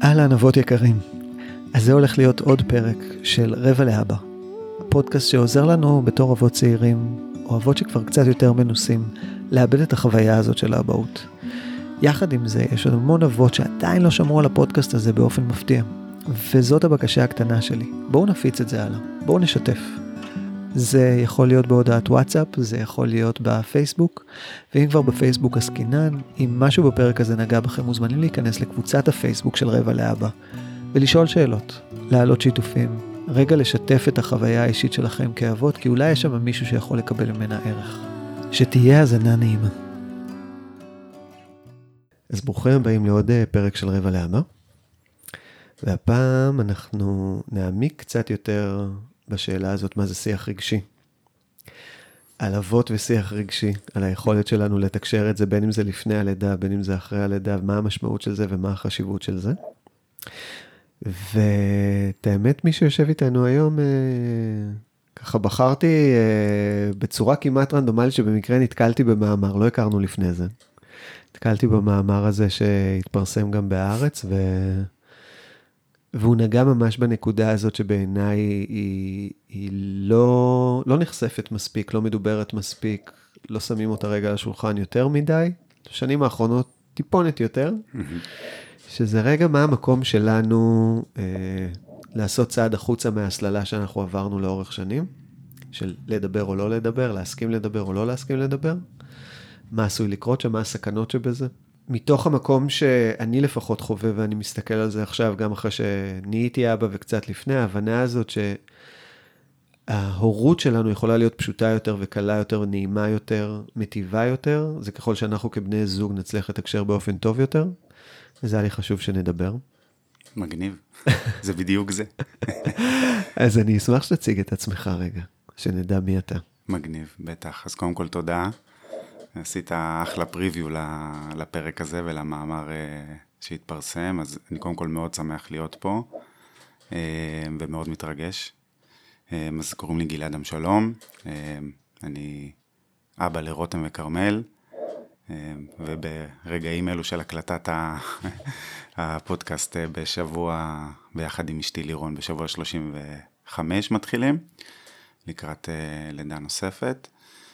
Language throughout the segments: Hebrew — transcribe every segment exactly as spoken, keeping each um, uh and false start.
אהלן אבות יקרים, אז זה הולך להיות עוד פרק של רבע לאבא, הפודקאסט שעוזר לנו בתור אבות צעירים, או אבות שכבר קצת יותר מנוסים, לאבד את החוויה הזאת של האבהות. יחד עם זה, יש עוד המון אבות שעדיין לא שמרו על הפודקאסט הזה באופן מפתיע, וזאת הבקשה הקטנה שלי. בואו נפיץ את זה הלאה, בואו נשתף. זה יכול להיות בהודעת וואטסאפ, זה יכול להיות בפייסבוק, ואם כבר בפייסבוק עסקינן, אם משהו בפרק הזה נגע בכם, מוזמנים להיכנס לקבוצת הפייסבוק של רבע לאבא, ולשאול שאלות, להעלות שיתופים, רגע לשתף את החוויה האישית שלכם כאבות, כי אולי יש שם מישהו שיכול לקבל ממנה ערך. שתהיה הזנה נעימה. אז ברוכים הבאים לעוד פרק של רבע לאבא, והפעם אנחנו נעמיק קצת יותר בשאלה הזאת, מה זה שיח רגשי. על אבות ושיח רגשי, על היכולת שלנו לתקשר את זה, בין אם זה לפני הלידה, בין אם זה אחרי הלידה, מה המשמעות של זה ומה החשיבות של זה. ואת האמת, מי שיושב איתנו היום, אה, ככה בחרתי אה, בצורה כמעט רנדומלית, שבמקרה נתקלתי במאמר, לא הכרנו לפני זה. נתקלתי במאמר הזה שהתפרסם גם בארץ, ו... והוא נגע ממש בנקודה הזאת שבעיניי היא, היא לא, לא נחשפת מספיק, לא מדוברת מספיק, לא שמים אותה רגע על השולחן יותר מדי, בשנים האחרונות טיפונת יותר, שזה רגע מה המקום שלנו אה, לעשות צעד החוצה מההסללה שאנחנו עברנו לאורך שנים, של לדבר או לא לדבר, להסכים לדבר או לא להסכים לדבר, מה עשוי לקרות שם, מה הסכנות שבזה. מתוך המקום שאני לפחות חווה, ואני מסתכל על זה עכשיו, גם אחרי שנהייתי אבא וקצת לפני, ההבנה הזאת שההורות שלנו יכולה להיות פשוטה יותר וקלה יותר, נעימה יותר, מטיבה יותר, זה ככל שאנחנו כבני זוג נצליח לתקשר באופן טוב יותר, וזה היה לי חשוב שנדבר. מגניב, זה בדיוק זה. אז אני אשמח שתציג את עצמך רגע, שנדע מי אתה. מגניב, בטח. אז קודם כל תודה. עשית אחלה פריוויו לפרק הזה ולמאמר שהתפרסם, אז אני קודם כל מאוד שמח להיות פה, ומאוד מתרגש. אז קוראים לי גלעד אמשלום, אני אבא לרותם וקרמל, וברגעים אלו של הקלטת הפודקאסט בשבוע, ביחד עם אשתי לירון, בשבוע שלושים וחמש מתחילים, לקראת לידה נוספת.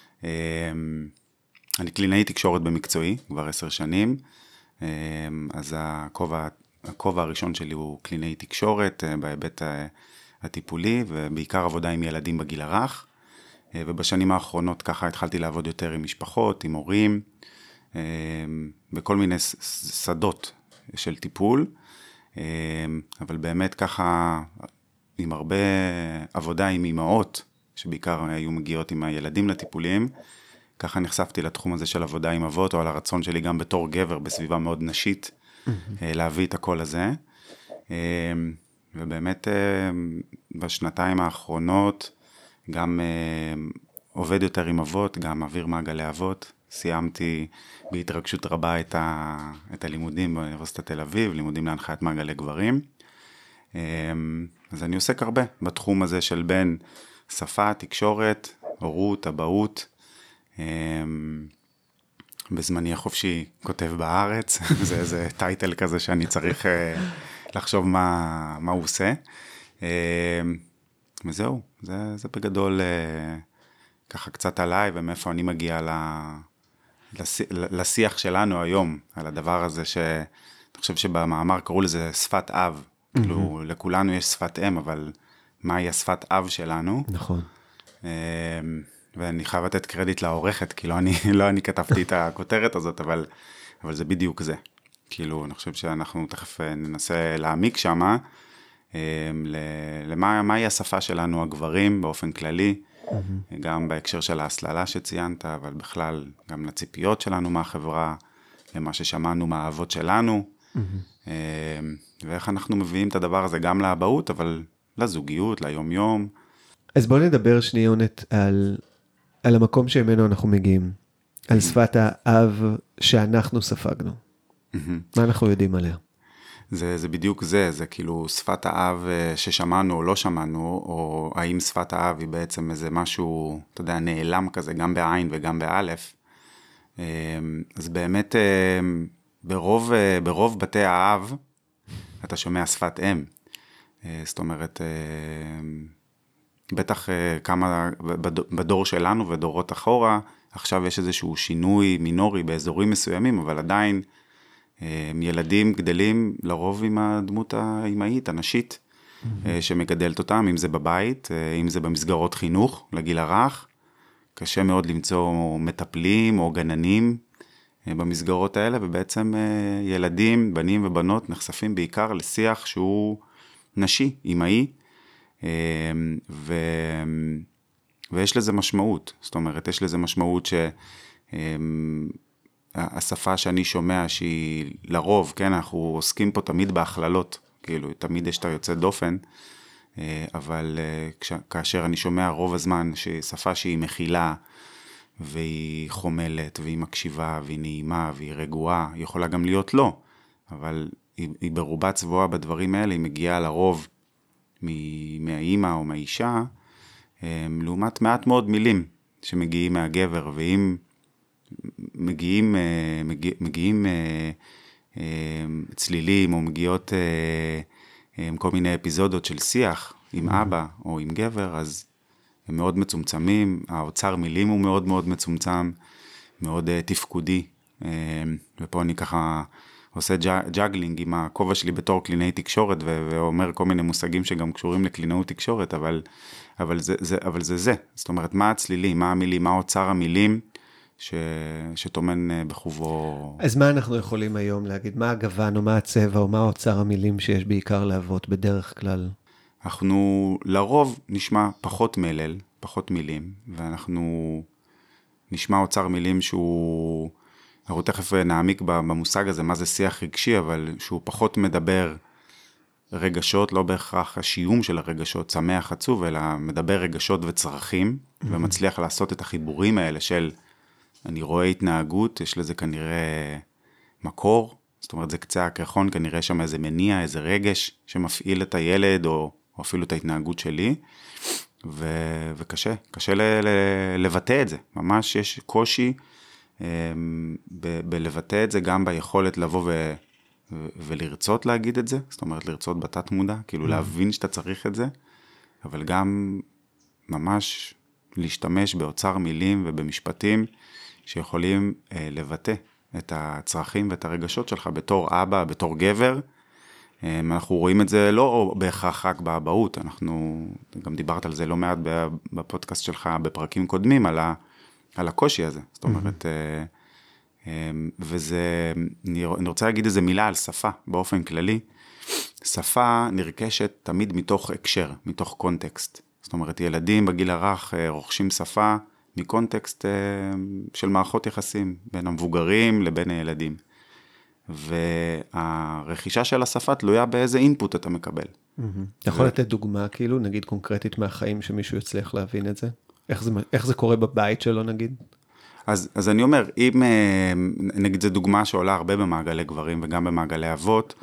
אני קלינאי תקשורת במקצועי, כבר עשר שנים, אז הכובע, הכובע הראשון שלי הוא קלינאי תקשורת בהיבט הטיפולי, ובעיקר עבודה עם ילדים בגיל הרך, ובשנים האחרונות ככה התחלתי לעבוד יותר עם משפחות, עם הורים, בכל מיני שדות של טיפול, אבל באמת ככה עם הרבה עבודה עם אמהות, שבעיקר היו מגיעות עם הילדים לטיפולים, ככה נחשפתי לתחום הזה של עבודה עם אבות, או על הרצון שלי גם בתור גבר, בסביבה מאוד נשית, mm-hmm. להביא את הקול הזה. ובאמת בשנתיים האחרונות, גם עובד יותר עם אבות, גם מעביר מעגלי אבות. סיימתי בהתרגשות רבה את, ה, את הלימודים באוניברסיטת תל אביב, לימודים להנחיית מעגלי גברים. אז אני עוסק הרבה בתחום הזה של בין שפה, תקשורת, הורות, אבהות, בזמני החופשי כותב בארץ, זה איזה טייטל כזה שאני צריך לחשוב מה, מה הוא עושה. וזהו, זה, זה בגדול ככה קצת עליי, ומאיפה אני מגיע לשיח שלנו היום, על הדבר הזה שאני חושב שבמאמר קראו לזה שפת אב, כאילו לכולנו יש שפת אם, אבל מהי השפת אב שלנו? נכון. ואני חייב לתת קרדיט לעורכת, כי לא אני, לא אני כתבתי את הכותרת הזאת, אבל, אבל זה בדיוק זה. כאילו, אני חושב שאנחנו תכף ננסה להעמיק שמה, למה, מהי השפה שלנו הגברים באופן כללי, mm-hmm. גם בהקשר של ההסללה שציינת, אבל בכלל גם לציפיות שלנו מהחברה, למה ששמענו מהאבות שלנו, mm-hmm. ואיך אנחנו מביאים את הדבר הזה גם לאבהות, אבל לזוגיות, ליום-יום. אז בואו נדבר שניונת על... על המקום שממנו אנחנו מגיעים, על שפת האב שאנחנו ספגנו. מה אנחנו יודעים עליה? זה, זה בדיוק זה, זה כאילו שפת האב ששמענו או לא שמענו, או האם שפת האב היא בעצם איזה משהו, אתה יודע, נעלם כזה, גם בעין וגם באלף. אז באמת ברוב, ברוב בתי האב, אתה שומע שפת אם. זאת אומרת, בטח כמה, בדור שלנו ודורות אחורה, עכשיו יש איזשהו שינוי מינורי באזורים מסוימים, אבל עדיין ילדים גדלים לרוב עם הדמות האימהית, הנשית, שמגדלת אותם, אם זה בבית, אם זה במסגרות חינוך, לגיל הרך. קשה מאוד למצוא מטפלים או גננים במסגרות האלה, ובעצם ילדים, בנים ובנות, נחשפים בעיקר לשיח שהוא נשי, אימהי, ו... ויש לזה משמעות. זאת אומרת, יש לזה משמעות שהשפה שאני שומע שהיא לרוב, כן, אנחנו עוסקים פה תמיד בהכללות, כאילו, תמיד יש את היוצא דופן, אבל כש... כאשר אני שומע רוב הזמן ששפה שהיא מכילה, והיא חומלת, והיא מקשיבה, והיא נעימה, והיא רגועה, היא יכולה גם להיות לא, אבל היא, היא ברובה צבועה בדברים האלה, היא מגיעה לרוב מהאימא או מהאישה, לעומת מעט מאוד מילים שמגיעים מהגבר, ואם מגיעים, מגיע, מגיעים צלילים או מגיעות כל מיני אפיזודות של שיח עם אבא או עם גבר, אז הם מאוד מצומצמים, האוצר מילים הוא מאוד מאוד מצומצם, מאוד תפקודי, ופה אני ככה עושה ג'אגלינג עם הכובע שלי בתור קלינאי תקשורת, ואומר כל מיני מושגים שגם קשורים לקלינאות תקשורת, אבל, אבל, זה, זה, אבל זה זה, זאת אומרת, מה הצלילים, מה המילים, מה האוצר המילים, ש, שתומן בחובו. אז מה אנחנו יכולים היום להגיד? מה הגוון או מה הצבע או מה האוצר המילים שיש בעיקר לאבות בדרך כלל? אנחנו לרוב נשמע פחות מלל, פחות מילים, ואנחנו נשמע אוצר מילים שהוא, אנחנו תכף נעמיק במושג הזה, מה זה שיח רגשי, אבל שהוא פחות מדבר רגשות, לא בהכרח השיום של הרגשות, שמח עצוב, אלא מדבר רגשות וצרכים, mm-hmm. ומצליח לעשות את החיבורים האלה של, אני רואה התנהגות, יש לזה כנראה מקור, זאת אומרת זה קצה הקרחון, כנראה שם איזה מניע, איזה רגש שמפעיל את הילד, או או אפילו את ההתנהגות שלי, ו... וקשה, קשה ל... ל... לבטא את זה, ממש יש קושי ב... בלבטא את זה, גם ביכולת לבוא ו... ו... ולרצות להגיד את זה, זאת אומרת לרצות בתת מודע, כאילו להבין שאתה צריך את זה, אבל גם ממש להשתמש באוצר מילים ובמשפטים, שיכולים לבטא את הצרכים ואת הרגשות שלך, בתור אבא, בתור גבר, אנחנו רואים את זה לא בהכרח רק באבהות, אנחנו גם דיברת על זה לא מעט בפודקאסט שלך בפרקים קודמים, על, ה, על הקושי הזה, זאת אומרת, mm-hmm. וזה, אני רוצה להגיד איזה מילה על שפה, באופן כללי, שפה נרכשת תמיד מתוך הקשר, מתוך קונטקסט, זאת אומרת, ילדים בגיל הרך רוכשים שפה מקונטקסט של מערכות יחסים, בין המבוגרים לבין הילדים. והרכישה של השפה תלויה באיזה אינפוט אתה מקבל. אתה יכול לתת דוגמה, כאילו, נגיד קונקרטית מהחיים שמישהו יצליח להבין את זה? איך זה, איך זה קורה בבית שלו, נגיד? אז, אז אני אומר, אם, נגיד, זו דוגמה שעולה הרבה במעגלי גברים וגם במעגלי אבות,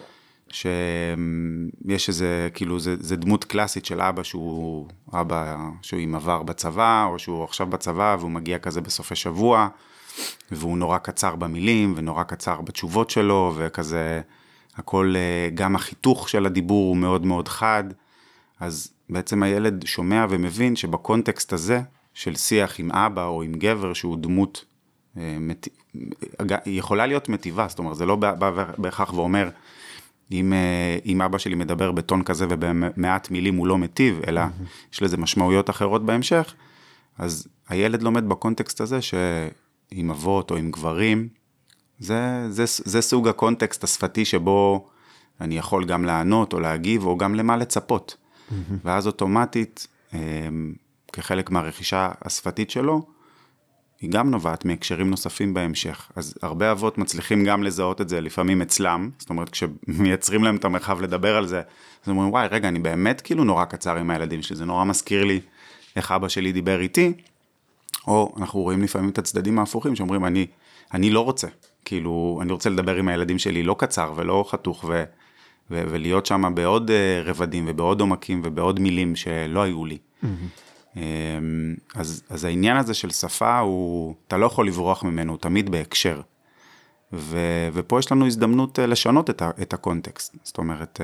שיש איזה, כאילו, זה, זה דמות קלאסית של אבא שהוא, אבא שהוא עם עבר בצבא, או שהוא עכשיו בצבא והוא מגיע כזה בסופי שבוע, והוא נורא קצר במילים, ונורא קצר בתשובות שלו, וכזה, הכל, גם החיתוך של הדיבור הוא מאוד מאוד חד, אז בעצם הילד שומע ומבין שבקונטקסט הזה, של שיח עם אבא או עם גבר, שהוא דמות, מת... היא יכולה להיות מטיבה, זאת אומרת, זה לא בהכרח ואומר, אם, אם אבא שלי מדבר בטון כזה, ובמעט מילים הוא לא מטיב, אלא יש לזה משמעויות אחרות בהמשך, אז הילד לומד בקונטקסט הזה, ש... עם אבות או עם גברים, זה, זה, זה סוג הקונטקסט השפתי שבו אני יכול גם לענות או להגיב, או גם למה לצפות. Mm-hmm. ואז אוטומטית, כחלק מהרכישה השפתית שלו, היא גם נובעת מהקשרים נוספים בהמשך. אז הרבה אבות מצליחים גם לזהות את זה, לפעמים אצלם, זאת אומרת, כשמייצרים להם את המרחב לדבר על זה, אז אומרים, וואי, רגע, אני באמת כאילו נורא קצר עם הילדים שלי, זה נורא מזכיר לי איך אבא שלי דיבר איתי, או אנחנו רואים לפעמים את הצדדים ההפוכים, שאומרים, אני, אני לא רוצה, כאילו, אני רוצה לדבר עם הילדים שלי לא קצר ולא חתוך, ו, ו, ולהיות שם בעוד רבדים ובעוד עומקים ובעוד מילים שלא היו לי. Mm-hmm. אז, אז העניין הזה של שפה, הוא, אתה לא יכול לברוח ממנו, הוא תמיד בהקשר. ו- ופה יש לנו הזדמנות לשנות את, ה- את הקונטקסט, זאת אומרת,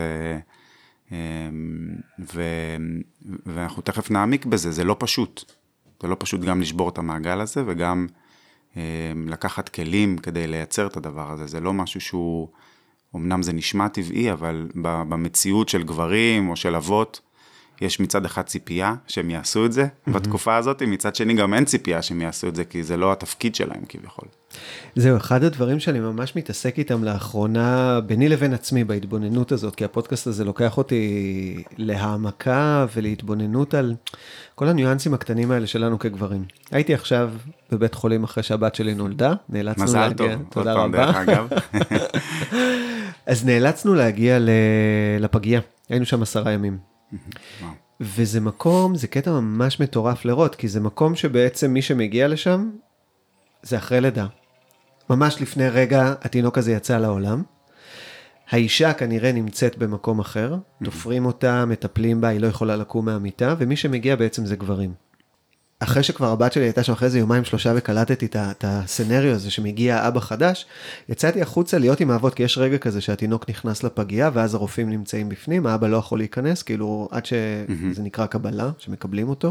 ו- ואנחנו תכף נעמיק בזה, זה לא פשוט, זה לא פשוט גם לשבור את המעגל הזה, וגם לקחת כלים כדי לייצר את הדבר הזה, זה לא משהו שהוא, אמנם זה נשמע טבעי, אבל במציאות של גברים או של אבות, יש מצד אחד ציפייה שהם יעשו את זה, mm-hmm. בתקופה הזאת, מצד שני גם אין ציפייה שהם יעשו את זה, כי זה לא התפקיד שלהם כביכול. זהו, אחד הדברים שאני ממש מתעסק איתם לאחרונה, ביני לבין עצמי בהתבוננות הזאת, כי הפודקאסט הזה לוקח אותי להעמקה ולהתבוננות על כל הניואנסים הקטנים האלה שלנו כגברים. הייתי עכשיו בבית חולים אחרי שהבת שלי נולדה, נאלצנו מזל להגיע, טוב, תודה עוד פעם רבה. דרך אגב. אז נאלצנו להגיע לפגייה, היינו שם עשרה ימים. וזה מקום, זה קטע ממש מטורף לראות, כי זה מקום שבעצם מי שמגיע לשם, זה אחרי לידה. ממש לפני רגע התינוק הזה יצא לעולם. האישה כנראה נמצאת במקום אחר, תופרים אותה, מטפלים בה, היא לא יכולה לקום מהמיטה, ומי שמגיע בעצם זה גברים. אחרי שכבר הבת שלי הייתה שם אחרי זה יומיים שלושה וקלטתי את הסנריו הזה שמגיע אבא חדש, יצאתי החוצה להיות עם האבות, כי יש רגע כזה שהתינוק נכנס לפגייה, ואז הרופאים נמצאים בפנים, האבא לא יכול להיכנס, כאילו עד שזה נקרא קבלה, שמקבלים אותו.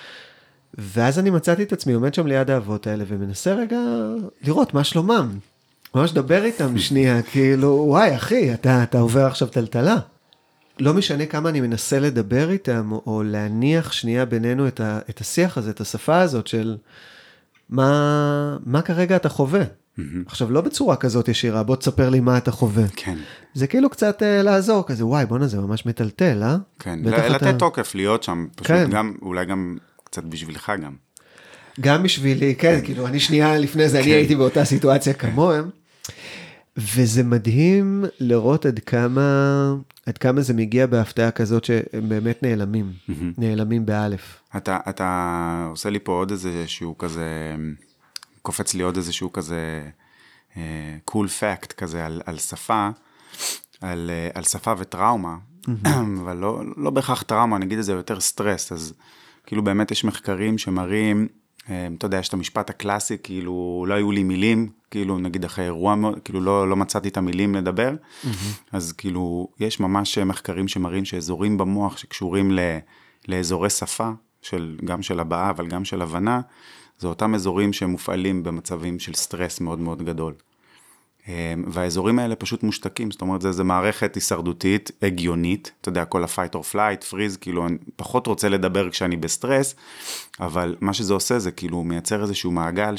ואז אני מצאתי את עצמי, עומד שם ליד האבות האלה, ומנסה רגע לראות מה שלומם. ממש דבר איתם שנייה, כאילו, וואי אחי, אתה, אתה עובר עכשיו טלטלה. לא משנה כמה אני מנסה לדבר איתם, או להניח שנייה בינינו את, ה, את השיח הזה, את השפה הזאת של מה, מה כרגע אתה חווה. Mm-hmm. עכשיו, לא בצורה כזאת ישירה, בוא תספר לי מה אתה חווה. כן. זה כאילו קצת uh, לעזור, כזה, וואי, בוא נזה, ממש מטלטל, אה? כן, לתת אתה... תוקף, להיות שם, פשוט כן. גם, אולי גם קצת בשבילך גם. גם בשבילי, כן, כאילו, אני שנייה לפני זה, כן. אני הייתי באותה סיטואציה כמוהם, וזה מדהים לראות עד כמה, עד כמה זה מגיע בהפתעה כזאת שהם באמת נעלמים, mm-hmm. נעלמים באלף. אתה, אתה עושה לי פה עוד איזשהו כזה, קופץ לי עוד איזשהו כזה, cool fact כזה על, על שפה, על, על שפה וטראומה, mm-hmm. אבל לא, לא בהכרח טראומה, נגיד את זה יותר סטרס, אז כאילו באמת יש מחקרים שמראים, אתה יודע, יש את המשפט הקלאסי, כאילו לא היו לי מילים, כאילו נגיד אחרי אירוע, כאילו לא, לא מצאתי את המילים לדבר, mm-hmm. אז כאילו יש ממש מחקרים שמראים שאזורים במוח שקשורים ל, לאזורי שפה, של, גם של הבאה, אבל גם של הבנה, זה אותם אזורים שמופעלים במצבים של סטרס מאוד מאוד גדול. והאזורים האלה פשוט מושתקים, זאת אומרת, זה, זה מערכת הישרדותית, הגיונית, אתה יודע, כל ה-fight or flight, freeze, כאילו, אני פחות רוצה לדבר כשאני בסטרס, אבל מה שזה עושה זה כאילו מייצר איזשהו מעגל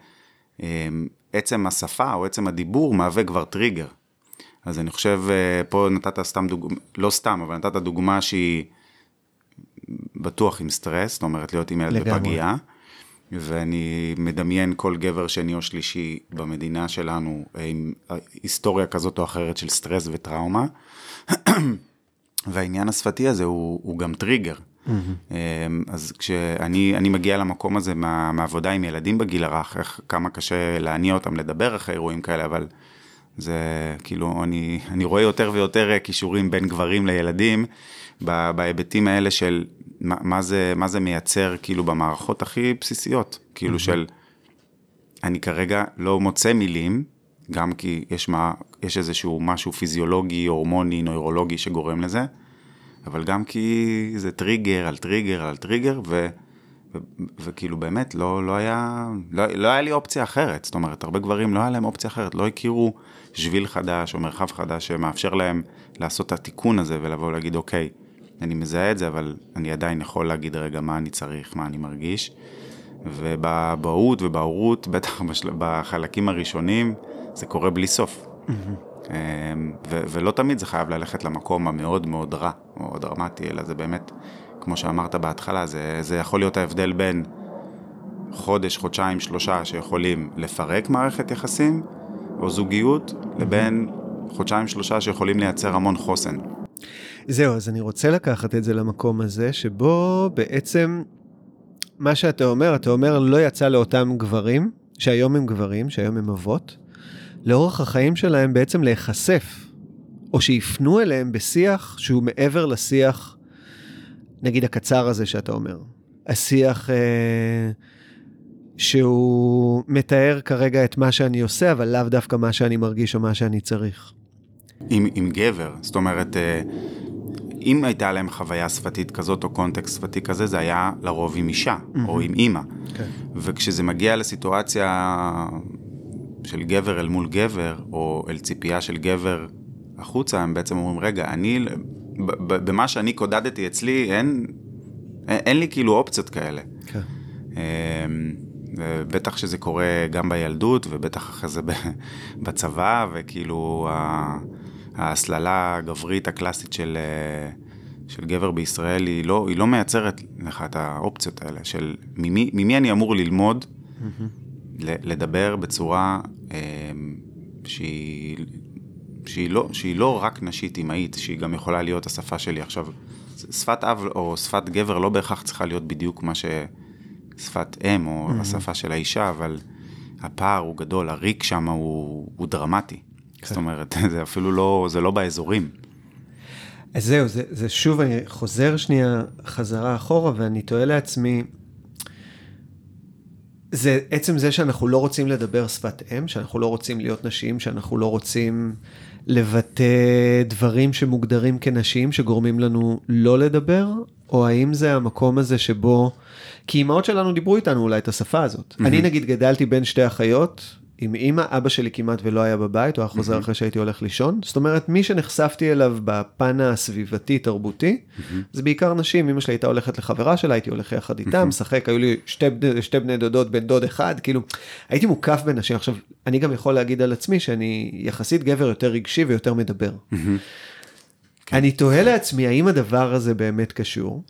שעצם השפה או עצם הדיבור מהווה כבר טריגר. אז אני חושב, פה נתת סתם דוגמה, לא סתם, אבל נתת דוגמה שהיא בטוח עם סטרס, זאת אומרת, להיות עם ילד בפגיעה, ואני מדמיין כל גבר שני או שלישי במדינה שלנו, עם היסטוריה כזאת או אחרת של סטרס וטראומה, והעניין השפתי הזה הוא, הוא גם טריגר. Mm-hmm. אז כשאני אני מגיע למקום הזה מה, מהעבודה עם ילדים בגיל הרך, איך, כמה קשה להניע אותם לדבר אחרי אירועים כאלה, אבל זה כאילו, אני, אני רואה יותר ויותר קישורים בין גברים לילדים, בהיבטים האלה של מה, מה זה, מה זה מייצר כאילו במערכות הכי בסיסיות, כאילו mm-hmm. של אני כרגע לא מוצא מילים, גם כי יש, מה, יש איזשהו משהו פיזיולוגי, הורמוני, נוירולוגי שגורם לזה, אבל גם כי זה טריגר על טריגר על טריגר, ו, ו, וכאילו באמת לא, לא היה, לא, לא היה לי אופציה אחרת, זאת אומרת, הרבה גברים לא היה להם אופציה אחרת, לא הכירו שביל חדש או מרחב חדש שמאפשר להם לעשות את התיקון הזה, ולבוא להגיד, אוקיי, אני מזהה את זה, אבל אני עדיין יכול להגיד רגע מה אני צריך, מה אני מרגיש, ובבאות ובהורות, בטח בחלקים הראשונים, זה קורה בלי סוף. Mm-hmm. ו- ולא תמיד זה חייב ללכת למקום המאוד מאוד רע, או דרמטי, אלא זה באמת, כמו שאמרת בהתחלה, זה, זה יכול להיות ההבדל בין חודש, חודשיים, שלושה, שיכולים לפרק מערכת יחסים, או זוגיות, mm-hmm. לבין חודשיים, שלושה, שיכולים לייצר המון חוסן. זהו, אז אני רוצה לקחת את זה למקום הזה, שבו בעצם מה שאתה אומר, אתה אומר לא יצא לאותם גברים, שהיום הם גברים, שהיום הם אבות, לאורך החיים שלהם בעצם להיחשף, או שיפנו אליהם בשיח שהוא מעבר לשיח, נגיד הקצר הזה שאתה אומר. השיח, אה, שהוא מתאר כרגע את מה שאני עושה, אבל לאו דווקא מה שאני מרגיש או מה שאני צריך. עם, עם גבר, זאת אומרת, אם הייתה להם חוויה שפתית כזאת או קונטקסט שפתי כזה, זה היה לרוב עם אישה mm-hmm. או עם אימא. Okay. וכשזה מגיע לסיטואציה של גבר אל מול גבר, או אל ציפייה של גבר החוצה, הם בעצם אומרים, רגע, אני, במה שאני קודדתי אצלי, אין, אין לי כאילו אופציות כאלה. כן. ובטח שזה קורה גם בילדות, ובטח אחרי זה בצבא, וכאילו ההסללה הגברית הקלאסית של, של גבר בישראל, היא לא, היא לא מייצרת לך את האופציות האלה, של ממי, ממי אני אמור ללמוד, mm-hmm. לדבר בצורה שהיא... שהיא לא, שהיא לא רק נשית אימהית, שהיא גם יכולה להיות השפה שלי. עכשיו, שפת אב או שפת גבר לא בהכרח צריכה להיות בדיוק מה ששפת אם או mm-hmm. השפה של האישה, אבל הפער הוא גדול, הריק שם הוא, הוא דרמטי. Okay. זאת אומרת, זה אפילו לא, זה לא באזורים. אז זהו, זה, זה שוב, אני חוזר שנייה חזרה אחורה, ואני תוהה לעצמי, זה עצם זה שאנחנו לא רוצים לדבר שפת אם, שאנחנו לא רוצים להיות נשים, שאנחנו לא רוצים לבטא דברים שמוגדרים כנשים, שגורמים לנו לא לדבר, או האם זה המקום הזה שבו, כי אמהות שלנו דיברו איתנו אולי את השפה הזאת. Mm-hmm. אני נגיד גדלתי בין שתי אחיות, עם אמא, אבא שלי כמעט ולא היה בבית, הוא היה חוזר mm-hmm. אחרי שהייתי הולך לישון, זאת אומרת, מי שנחשפתי אליו בפן הסביבתי, תרבותי, mm-hmm. זה בעיקר נשים, אמא שלי הייתה הולכת לחברה שלה, הייתי הולך יחד איתם, משחק, mm-hmm. היו לי שתי, שתי בני דודות, בן דוד אחד, כאילו, הייתי מוקף בין נשים, עכשיו, אני גם יכול להגיד על עצמי, שאני יחסית גבר יותר רגשי ויותר מדבר. Mm-hmm. Okay. אני תוהה לעצמי, האם הדבר הזה באמת קשור?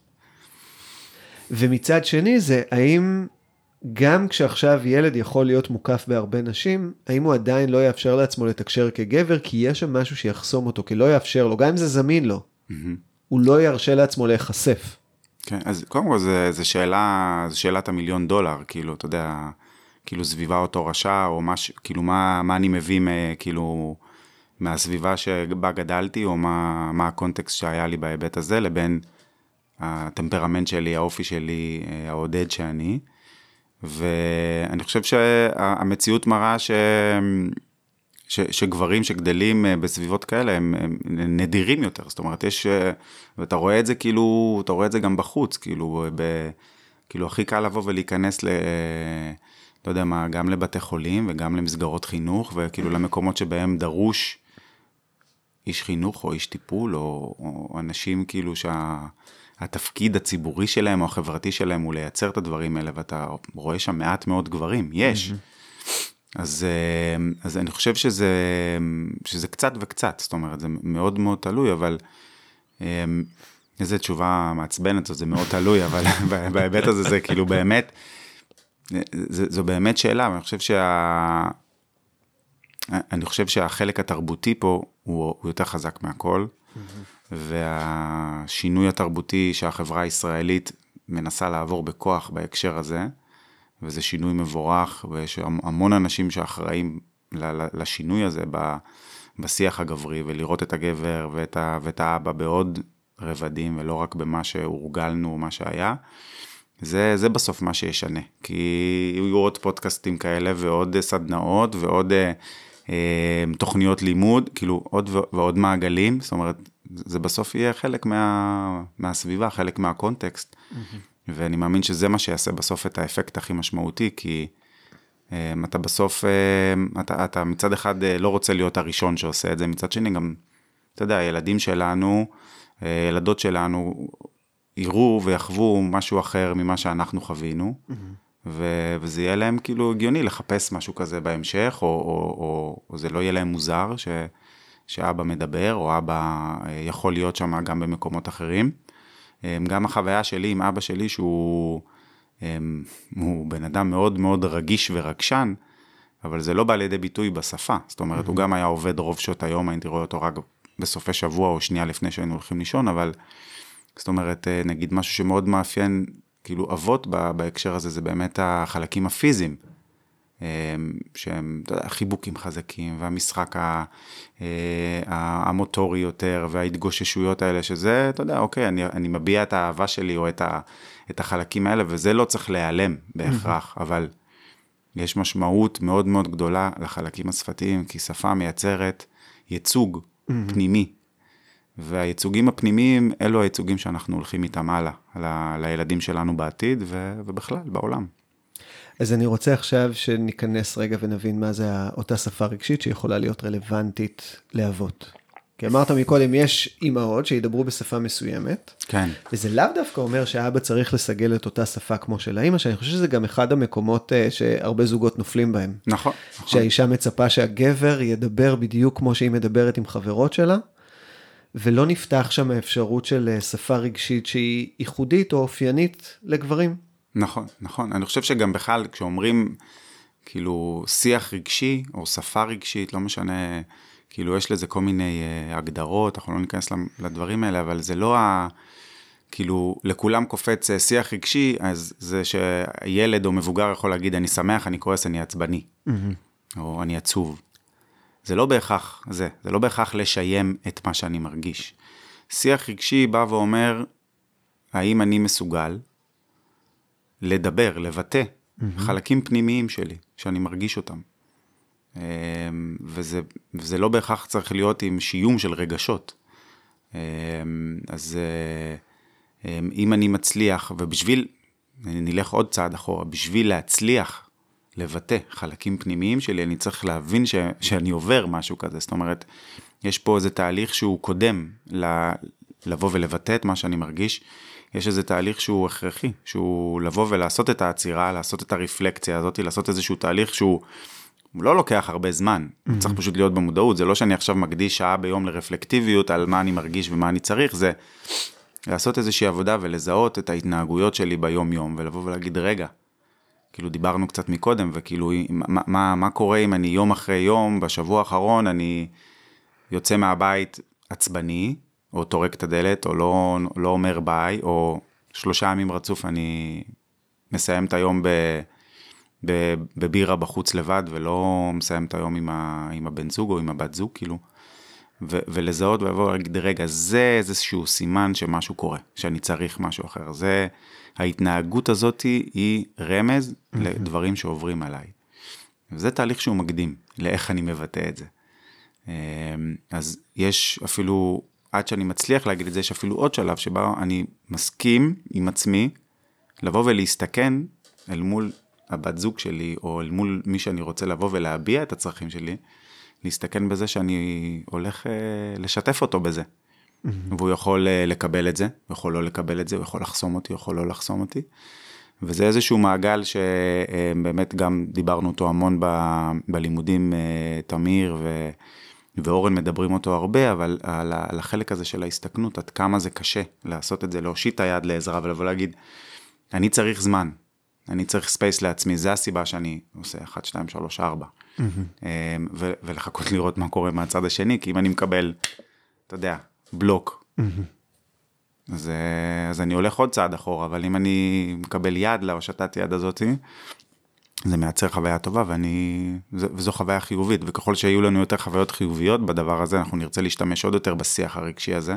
ומצד שני זה, האם גם כשעכשיו ילד יכול להיות מוקף בהרבה נשים, האם הוא עדיין לא יאפשר לעצמו לתקשר כגבר, כי יש שם משהו שיחסום אותו, כי לא יאפשר לו, גם אם זה זמין לו, mm-hmm. הוא לא ירשה לעצמו להיחשף. כן, אז קודם כל, זה, זה שאלה, זה שאלת המיליון דולר, כאילו, אתה יודע, כאילו סביבה אותו רשע, או מה, כאילו, מה, מה אני מביא, כאילו, מהסביבה שבה גדלתי, או מה, מה הקונטקסט שהיה לי בהיבט הזה, לבין הטמפרמנט שלי, האופי שלי, העודד שאני, ואני חושב שהמציאות מראה ש... ש... שגברים שגדלים בסביבות כאלה הם, הם נדירים יותר, זאת אומרת, יש, ואתה רואה את זה כאילו, אתה רואה את זה גם בחוץ, כאילו, ב... כאילו הכי קל לבוא ולהיכנס ל... לא יודע מה, גם לבתי חולים וגם למסגרות חינוך, וכאילו למקומות שבהם דרוש איש חינוך או איש טיפול, או, או אנשים כאילו שה... התפקיד הציבורי שלהם או החברתי שלהם הוא לייצר את הדברים האלה, ואתה רואה שם מעט מאוד גברים, יש. Mm-hmm. אז, אז אני חושב שזה, שזה קצת וקצת, זאת אומרת, זה מאוד מאוד תלוי, אבל איזו תשובה מעצבנת, זה מאוד תלוי, אבל בהיבט הזה זה כאילו באמת, זה, זו באמת שאלה, ואני חושב שה... אני חושב שהחלק התרבותי פה הוא, הוא יותר חזק מהכל, mm-hmm. והשינוי התרבותי שהחברה הישראלית מנסה לעבור בכוח בהקשר הזה, וזה שינוי מבורך, ויש המון אנשים שאחראים לשינוי הזה בשיח הגברי, ולראות את הגבר ואת, ה, ואת האבא בעוד רבדים, ולא רק במה שהורגלנו או מה שהיה, זה, זה בסוף מה שישנה, כי יהיו עוד פודקאסטים כאלה, ועוד סדנאות, ועוד אה, תוכניות לימוד, כאילו עוד ועוד מעגלים, זאת אומרת, זה בסוף יהיה חלק מה, מהסביבה, חלק מהקונטקסט, mm-hmm. ואני מאמין שזה מה שיעשה בסוף את האפקט הכי משמעותי, כי um, אתה בסוף, um, אתה, אתה מצד אחד uh, לא רוצה להיות הראשון שעושה את זה, מצד שני גם, אתה יודע, הילדים שלנו, uh, ילדות שלנו, יראו ויחוו משהו אחר ממה שאנחנו חווינו, mm-hmm. ו- וזה יהיה להם כאילו הגיוני לחפש משהו כזה בהמשך, או, או, או, או זה לא יהיה להם מוזר, ש... שאבא מדבר, או אבא יכול להיות שם גם במקומות אחרים. גם החוויה שלי עם אבא שלי, שהוא הוא בן אדם מאוד מאוד רגיש ורגשן, אבל זה לא בא לידי ביטוי בשפה. זאת אומרת, mm-hmm. הוא גם היה עובד רוב שעות היום, הייתי רואה אותו רק בסופי שבוע או שנייה לפני שהיינו הולכים לישון, אבל זאת אומרת, נגיד משהו שמאוד מאפיין, כאילו אבות בהקשר הזה, זה באמת החלקים הפיזיים. שהם, אתה יודע, חיבוקים חזקים, והמשחק המוטורי יותר, וההתגוששויות האלה, שזה, אתה יודע, אוקיי, אני, אני מביע את האהבה שלי, או את, ה, את החלקים האלה, וזה לא צריך להיעלם בהכרח, אבל יש משמעות מאוד מאוד גדולה לחלקים השפתיים, כי שפה מייצרת ייצוג mm-hmm. פנימי, והייצוגים הפנימיים, אלו הייצוגים שאנחנו הולכים איתם הלאה, ל- לילדים שלנו בעתיד, ו- ובכלל, בעולם. אז אני רוצה עכשיו שניכנס רגע ונבין מה זה אותה שפה רגשית, שיכולה להיות רלוונטית לאבות. כי אמרת מקודם, יש אימהות שידברו בשפה מסוימת, כן. וזה לאו דווקא אומר שהאבא צריך לסגל את אותה שפה כמו של האמא, שאני חושב שזה גם אחד המקומות שהרבה זוגות נופלים בהם. נכון. נכון. שהאישה מצפה שהגבר ידבר בדיוק כמו שהיא מדברת עם חברות שלה, ולא נפתח שם האפשרות של שפה רגשית שהיא ייחודית או אופיינית לגברים. נכון, נכון. אני חושב שגם בכלל, כשאומרים, כאילו, שיח רגשי, או שפה רגשית, לא משנה, כאילו, יש לזה כל מיני uh, הגדרות, אנחנו לא ניכנס לדברים האלה, אבל זה לא ה... כאילו, לכולם קופץ שיח רגשי, אז זה שילד או מבוגר יכול להגיד, אני שמח, אני כועס, אני עצבני, mm-hmm. או אני עצוב. זה לא בהכרח זה, זה לא בהכרח לשיים את מה שאני מרגיש. שיח רגשי בא ואומר, האם אני מסוגל לדבר, לבטא, mm-hmm. חלקים פנימיים שלי, שאני מרגיש אותם. וזה, וזה לא בהכרח צריך להיות עם שיום של רגשות. אז אם אני מצליח, ובשביל, נלך עוד צעד אחורה, בשביל להצליח לבטא חלקים פנימיים שלי, אני צריך להבין ש, שאני עובר משהו כזה. זאת אומרת, יש פה איזה תהליך שהוא קודם לבוא ולבטא את מה שאני מרגיש. יש איזה תהליך שהוא הכרחי, שהוא לבוא ולעשות את העצירה, לעשות את הרפלקציה הזאת, לעשות איזשהו תהליך שהוא לא לוקח הרבה זמן, mm-hmm. צריך פשוט להיות במודעות, זה לא שאני עכשיו מקדיש שעה ביום לרפלקטיביות על מה אני מרגיש ומה אני צריך, זה לעשות איזושהי עבודה ולזהות את ההתנהגויות שלי ביום יום, ולבוא ולהגיד רגע, כאילו דיברנו קצת מקודם, וכאילו מה, מה, מה קורה אם אני יום אחרי יום, בשבוע האחרון אני יוצא מהבית עצבני, או תורק את הדלת, או לא, לא אומר ביי, או שלושה ימים רצוף אני מסיים את היום ב... בבירה בחוץ לבד, ולא מסיים את היום עם, ה, עם הבן זוג או עם הבת זוג, כאילו, ו, ולזהות ולבוא ולהגיד, רגע, זה איזשהו סימן שמשהו קורה, שאני צריך משהו אחר. זה, ההתנהגות הזאת היא רמז mm-hmm. לדברים שעוברים עליי. וזה תהליך שהוא מקדים, לאיך אני מבטא את זה. אז יש אפילו, עד שאני מצליח להגיד את זה, יש אפילו עוד שלב שבה אני מסכים עם עצמי, לבוא ולהסתכן אל מול הבת זוג שלי, או אל מול מי שאני רוצה לבוא ולהביע את הצרכים שלי, להסתכן בזה שאני הולך לשתף אותו בזה. Mm-hmm. והוא יכול לקבל את זה, הוא יכול לא לקבל את זה, הוא יכול לחסום אותי, הוא יכול לא לחסום אותי. וזה איזשהו מעגל שבאמת גם דיברנו אותו המון ב, בלימודים, תמיר ו, ואורן מדברים אותו הרבה, אבל על, על החלק הזה של ההסתכנות, עד כמה זה קשה לעשות את זה, להושיט היד לעזרה ולבוא להגיד, אני צריך זמן, אני צריך ספייס לעצמי, זה הסיבה שאני עושה אחת, שתיים, שלוש, ארבע. ו- ולחכות לראות מה קורה מהצד השני, כי אם אני מקבל, אתה יודע, בלוק, אז, אז אני הולך עוד צעד אחורה, אבל אם אני מקבל יד להושטת יד הזאת, זה מייצר חוויה טובה, ואני, וזו חוויה חיובית, וככל שיהיו לנו יותר חוויות חיוביות בדבר הזה, אנחנו נרצה להשתמש עוד יותר בשיח הרגשי הזה.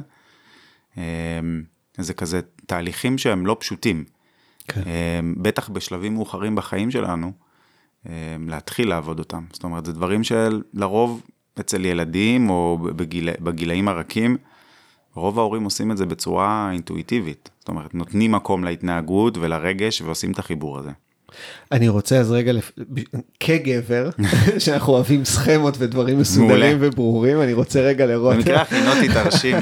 זה כזה תהליכים שהם לא פשוטים. כן. בטח בשלבים מאוחרים בחיים שלנו, להתחיל לעבוד אותם. זאת אומרת, זה דברים שלרוב אצל ילדים או בגיל, בגילאים הרכים, רוב ההורים עושים את זה בצורה אינטואיטיבית. זאת אומרת, נותנים מקום להתנהגות ולרגש ועושים את החיבור הזה. אני רוצה אז רגע, לפ... כגבר, שאנחנו אוהבים סכמות ודברים מסודרים וברורים, אני רוצה רגע לראות. במקרה הכינותי תרשים.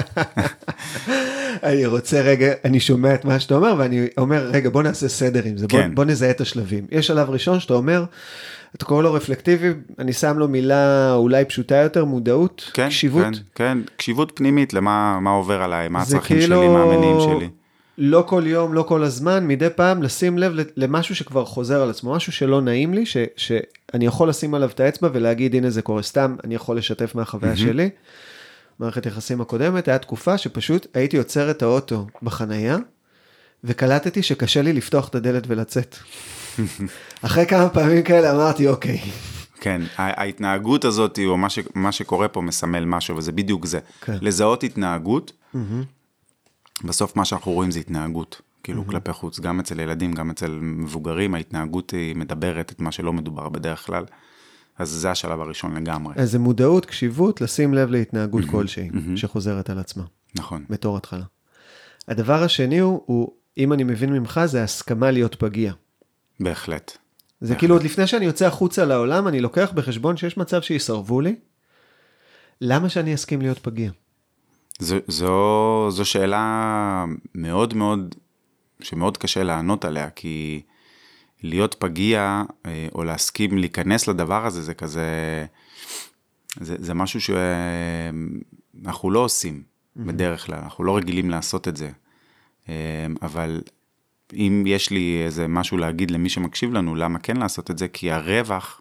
אני רוצה רגע, אני שומע את מה שאתה אומר, ואני אומר, רגע, בוא נעשה סדר עם זה, בוא, כן. בוא נזהה את השלבים. יש שלב ראשון שאתה אומר, אתה קורא לו רפלקטיבי, אני שם לו מילה אולי פשוטה יותר, מודעות, כן, קשיבות. כן, כן, קשיבות פנימית למה מה עובר עליי, מה הצרכים כאילו... שלי, מה המניעים שלי. לא כל יום, לא כל הזמן, מדי פעם לשים לב למשהו שכבר חוזר על עצמו, משהו שלא נעים לי, ש, שאני יכול לשים עליו את האצבע ולהגיד, הנה זה קורה סתם, אני יכול לשתף מהחוויה שלי. מערכת יחסים הקודמת, היה תקופה שפשוט הייתי יוצר את האוטו בחנייה, וקלטתי שקשה לי לפתוח את הדלת ולצאת. אחרי כמה פעמים כאלה אמרתי, אוקיי. כן, ההתנהגות הזאת, או מה, ש, מה שקורה פה מסמל משהו, וזה בדיוק זה. כן. לזהות התנהגות, בסוף מה שאנחנו רואים זה התנהגות. כאילו כלפי חוץ, גם אצל ילדים, גם אצל מבוגרים, ההתנהגות היא מדברת את מה שלא מדובר בדרך כלל, אז זה השלב הראשון לגמרי. אז זה מודעות, קשיבות, לשים לב להתנהגות כלשהי, שחוזרת על עצמה. נכון. בתור התחלה. הדבר השני הוא, הוא, אם אני מבין ממך, זה הסכמה להיות פגיע. בהחלט. זה כאילו עוד לפני שאני יוצא החוצה לעולם, אני לוקח בחשבון שיש מצב שיסרבו לי, למה שאני אסכים להיות פגיע? זו, זו, זו שאלה מאוד מאוד, שמאוד קשה לענות עליה, כי להיות פגיע, או להסכים להיכנס לדבר הזה, זה כזה, זה, זה משהו שאנחנו לא עושים בדרך כלל, אנחנו לא רגילים לעשות את זה. אבל אם יש לי איזה משהו להגיד למי שמקשיב לנו, למה כן לעשות את זה? כי הרווח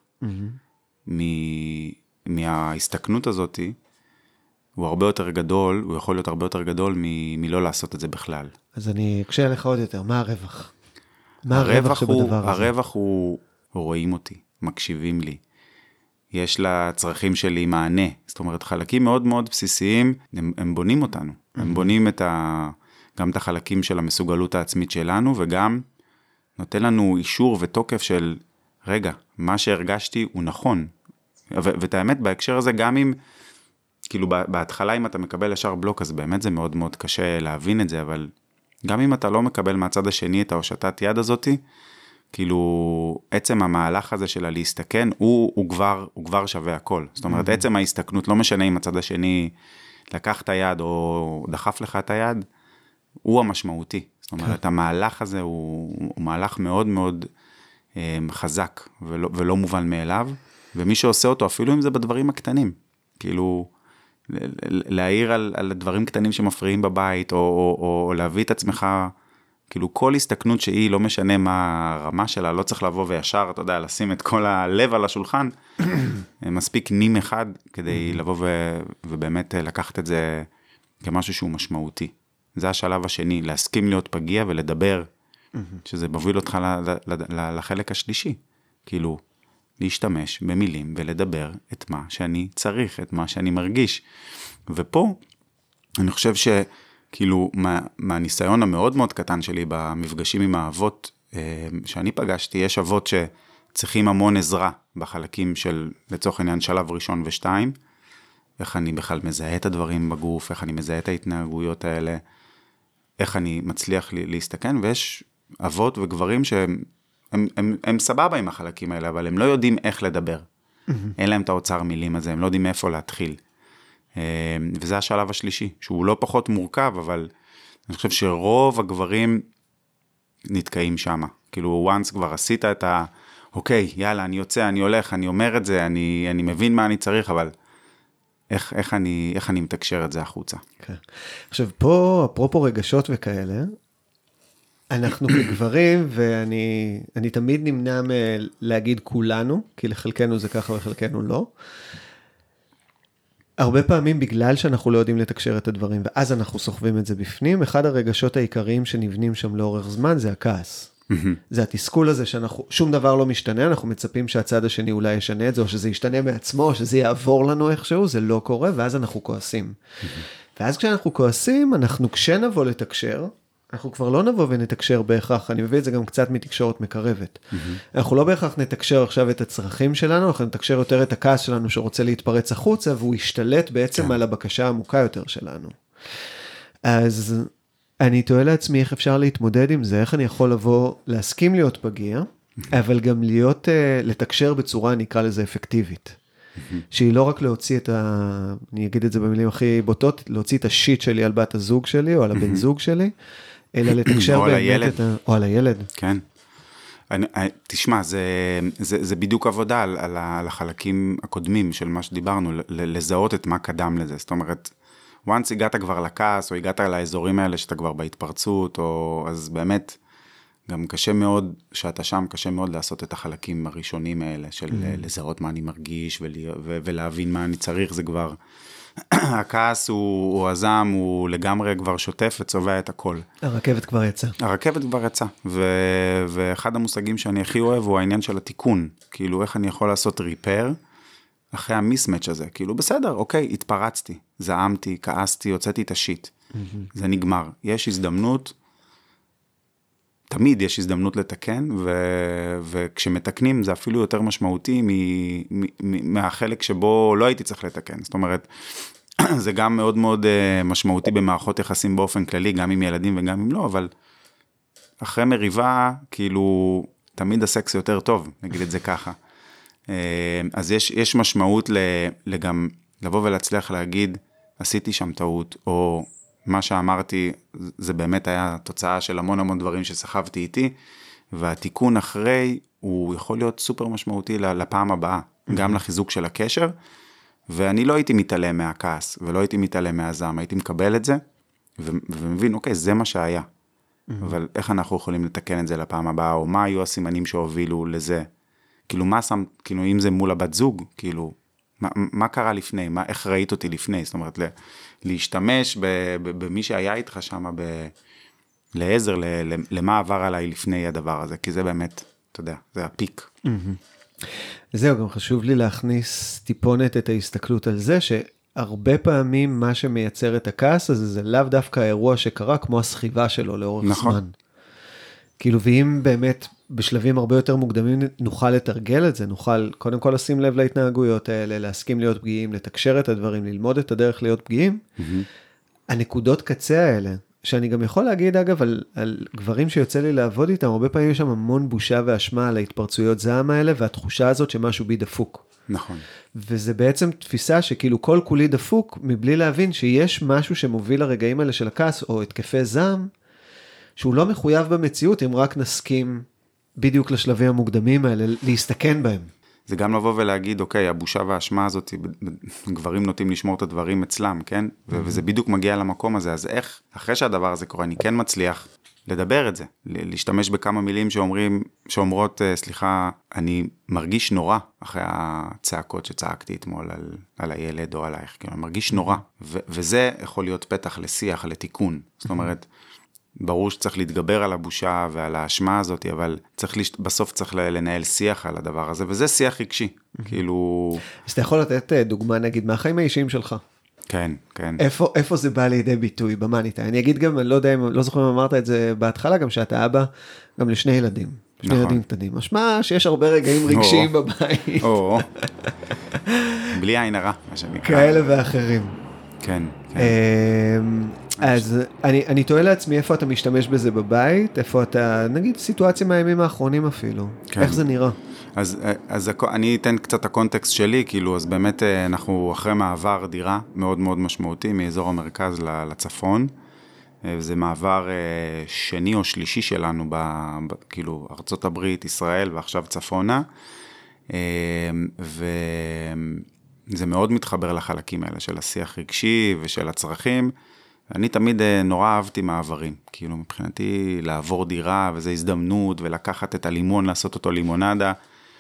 מההסתכנות הזאת, הוא הרבה יותר גדול, הוא יכול להיות הרבה יותר גדול מ- מלא לעשות את זה בכלל. אז אני אקשה לך עוד יותר, מה הרווח? מה הרווח שבדבר הזה? הרווח הוא, רואים אותי, מקשיבים לי. יש לצרכים שלי מענה. זאת אומרת, חלקים מאוד מאוד בסיסיים, הם, הם בונים אותנו. הם בונים את ה, גם את החלקים של המסוגלות העצמית שלנו, וגם נותן לנו אישור ותוקף של, רגע, מה שהרגשתי הוא נכון. ו- ואת האמת, בהקשר הזה, גם אם, כאילו בהתחלה אם אתה מקבל ישר בלוק, אז באמת זה מאוד מאוד קשה להבין את זה, אבל גם אם אתה לא מקבל מהצד השני את ההושטת יד הזאת, כאילו עצם המהלך הזה שלה להסתכן, הוא, הוא, כבר, הוא כבר שווה הכל. זאת אומרת, mm-hmm. עצם ההסתכנות, לא משנה אם הצד השני לקח את היד או דחף לך את היד, הוא המשמעותי. זאת אומרת, המהלך הזה הוא, הוא מהלך מאוד מאוד אה, חזק ולא, ולא מובן מאליו, ומי שעושה אותו, אפילו אם זה בדברים הקטנים, כאילו, להעיר על, על דברים קטנים שמפריעים בבית, או, או, או להביא את עצמך, כאילו כל הסתכנות שהיא, לא משנה מה הרמה שלה, לא צריך לבוא וישר, אתה יודע, לשים את כל הלב על השולחן, מספיק נים אחד, כדי לבוא ו, ובאמת לקחת את זה כמשהו שהוא משמעותי. זה השלב השני, להסכים להיות פגיע ולדבר, שזה מוביל אותך לחלק השלישי, כאילו, להשתמש במילים ולדבר את מה שאני צריך, את מה שאני מרגיש. ופה, אני חושב שכאילו, מה, מהניסיון המאוד מאוד קטן שלי במפגשים עם האבות שאני פגשתי, יש אבות שצריכים המון עזרה בחלקים של, לצורך העניין, שלב ראשון ושתיים, איך אני בכלל מזהה את הדברים בגוף, איך אני מזהה את ההתנהגויות האלה, איך אני מצליח להסתכן, ויש אבות וגברים שהם, הם, הם, הם סבבה עם החלקים האלה, אבל הם לא יודעים איך לדבר. Mm-hmm. אין להם את האוצר מילים הזה, הם לא יודעים איפה להתחיל. וזה השלב השלישי, שהוא לא פחות מורכב, אבל אני חושב שרוב הגברים נתקעים שם. כאילו, once כבר עשית את ה, אוקיי, יאללה, אני יוצא, אני הולך, אני אומר את זה, אני, אני מבין מה אני צריך, אבל איך, איך אני, איך אני מתקשר את זה החוצה. Okay. עכשיו, פה, אפרופו רגשות וכאלה, אנחנו כגברים, ואני אני תמיד נמנע מלהגיד כולנו, כי לחלקנו זה ככה וחלקנו לא. הרבה פעמים בגלל שאנחנו לא יודעים לתקשר את הדברים, ואז אנחנו סוחבים את זה בפנים, אחד הרגשות העיקריים שנבנים שם לאורך זמן, זה הכעס. זה התסכול הזה שאנחנו, שום דבר לא משתנה, אנחנו מצפים שהצד השני אולי ישנה את זה, או שזה ישתנה מעצמו, או שזה יעבור לנו איכשהו, זה לא קורה, ואז אנחנו כועסים. ואז כשאנחנו כועסים, אנחנו כשנבוא לתקשר, אנחנו כבר לא נבוא ונתקשר בהכרח, אני מביא את זה גם קצת מתקשורת מקרבת. אנחנו לא בהכרח נתקשר עכשיו את הצרכים שלנו, אנחנו נתקשר יותר את הכעס שלנו שרוצה להתפרץ החוצה, והוא ישתלט בעצם על הבקשה העמוקה יותר שלנו. אז אני תוהה לעצמי איך אפשר להתמודד עם זה, איך אני יכול לבוא, להסכים להיות פגיע, אבל גם להיות, לתקשר בצורה, נקרא לזה אפקטיבית. שהיא לא רק להוציא את ה... אני אגיד את זה במילים הכי בוטות, להוציא את השיט שלי על בת הזוג שלי, או על הבן זוג שלי, אלא לתקשר או על הילד. ה... או על הילד. כן. אני, תשמע, זה, זה, זה בדיוק עבודה על, על, על החלקים הקודמים של מה שדיברנו, לזהות את מה קדם לזה. זאת אומרת, once הגעת כבר לכעס, או הגעת לאזורים האלה שאתה כבר בהתפרצות, או, אז באמת, גם קשה מאוד, שאתה שם, קשה מאוד לעשות את החלקים הראשונים האלה, של mm-hmm. לזהות מה אני מרגיש, ול, ו, ולהבין מה אני צריך, זה כבר, הכעס הוא, הוא הזעם, הוא לגמרי כבר שוטף וצובע את הכל. הרכבת כבר יצא. הרכבת כבר יצא, ו, ואחד המושגים שאני הכי אוהב, הוא העניין של התיקון, כאילו איך אני יכול לעשות ריפר, אחרי המיסמץ' הזה, כאילו בסדר, אוקיי, התפרצתי, זעמתי, כעסתי, הוצאתי את השיט, mm-hmm. זה נגמר, יש הזדמנות, תמיד יש הזדמנות לתקן, ו, וכשמתקנים זה אפילו יותר משמעותי מ, מ, מ, מהחלק שבו לא הייתי צריך לתקן. זאת אומרת, זה גם מאוד מאוד משמעותי במערכות יחסים באופן כללי, גם עם ילדים וגם עם לא, אבל אחרי מריבה, כאילו, תמיד הסקס יותר טוב, נגיד את זה ככה. אז יש, יש משמעות לגם לבוא ולהצליח להגיד, עשיתי שם טעות, או מה שאמרתי, זה באמת היה תוצאה של המון המון דברים שסחבתי איתי, והתיקון אחרי, הוא יכול להיות סופר משמעותי לפעם הבאה, גם לחיזוק של הקשר, ואני לא הייתי מתעלם מהכעס, ולא הייתי מתעלם מהזעם, הייתי מקבל את זה, ומבין, אוקיי, זה מה שהיה. אבל איך אנחנו יכולים לתקן את זה לפעם הבאה, או מה היו הסימנים שהובילו לזה? כאילו, מה שם, כאילו, אם זה מול הבת זוג, כאילו, מה, מה קרה לפני? מה, איך ראית אותי לפני? זאת אומרת, להשתמש במי שהיה איתך שם, לעזר, למה עבר עליי לפני הדבר הזה, כי זה באמת, אתה יודע, זה הפיק. זהו, גם חשוב לי להכניס טיפונת את ההסתכלות על זה, שהרבה פעמים מה שמייצר את הכעס הזה, זה לאו דווקא האירוע שקרה, כמו הסחיבה שלו לאורך נכון. זמן. כאילו, ואם באמת בשלבים הרבה יותר מוקדמים נוכל לתרגל את זה, נוכל קודם כל לשים לב להתנהגויות האלה, להסכים להיות פגיעים, לתקשר את הדברים, ללמוד את הדרך להיות פגיעים, mm-hmm. הנקודות קצה האלה, שאני גם יכול להגיד, אגב, על, על גברים שיוצא לי לעבוד איתם, הרבה פעמים יש שם המון בושה ואשמה על ההתפרצויות זעם האלה, והתחושה הזאת שמשהו בי דפוק. נכון. וזה בעצם תפיסה שכאילו כל כולי דפוק, מבלי להבין שיש משהו שמוביל לרגעים האלה של הכעס, או התקפי זעם, שהוא לא מחויב במציאות, אם רק נסכים בדיוק לשלבים המוקדמים האלה, להסתכן בהם. זה גם לבוא ולהגיד, אוקיי, הבושה והאשמה הזאת, גברים נוטים לשמור את הדברים אצלם, כן? וזה בדיוק מגיע למקום הזה, אז איך, אחרי שהדבר הזה קורה, אני כן מצליח לדבר את זה, להשתמש בכמה מילים שאומרים, שאומרות, סליחה, אני מרגיש נורא, אחרי הצעקות שצעקתי אתמול על, על הילד או עלייך, כאילו, אני מרגיש נורא, ו- וזה יכול להיות פתח לשיח, לתיקון, זאת אומרת, ברור שצריך להתגבר על הבושה ועל האשמה הזאת, אבל צריך לש... בסוף צריך לנהל שיח על הדבר הזה, וזה שיח רגשי, כאילו... אז אתה יכול לתת דוגמה, נגיד, מהחיים האישיים שלך? כן, כן. איפה, איפה זה בא לידי ביטוי, במה ניתן? אני אגיד גם, אני לא יודע, לא זוכר אם אמרת את זה בהתחלה, גם שאתה אבא, גם לשני ילדים, שני נכון. ילדים קטנים. משמע שיש הרבה רגעים רגשיים בבית. או, בלי עין הרע, מה שנקרא. כאלה ואחרים. כן, כן. אז אני, אני תוהה לעצמי איפה אתה משתמש בזה בבית, איפה אתה, נגיד, סיטואציה מהימים האחרונים אפילו. כן. איך זה נראה? אז, אז אני אתן קצת הקונטקסט שלי, כאילו, אז באמת אנחנו אחרי מעבר דירה מאוד מאוד משמעותי, מאזור המרכז לצפון, זה מעבר שני או שלישי שלנו, ב, ב, כאילו, ארצות הברית, ישראל, ועכשיו צפונה, וזה מאוד מתחבר לחלקים האלה, של השיח רגשי ושל הצרכים, אני תמיד נורא אהבתי מעברים, כאילו מבחינתי לעבור דירה, וזו הזדמנות, ולקחת את הלימון, לעשות אותו לימונדה,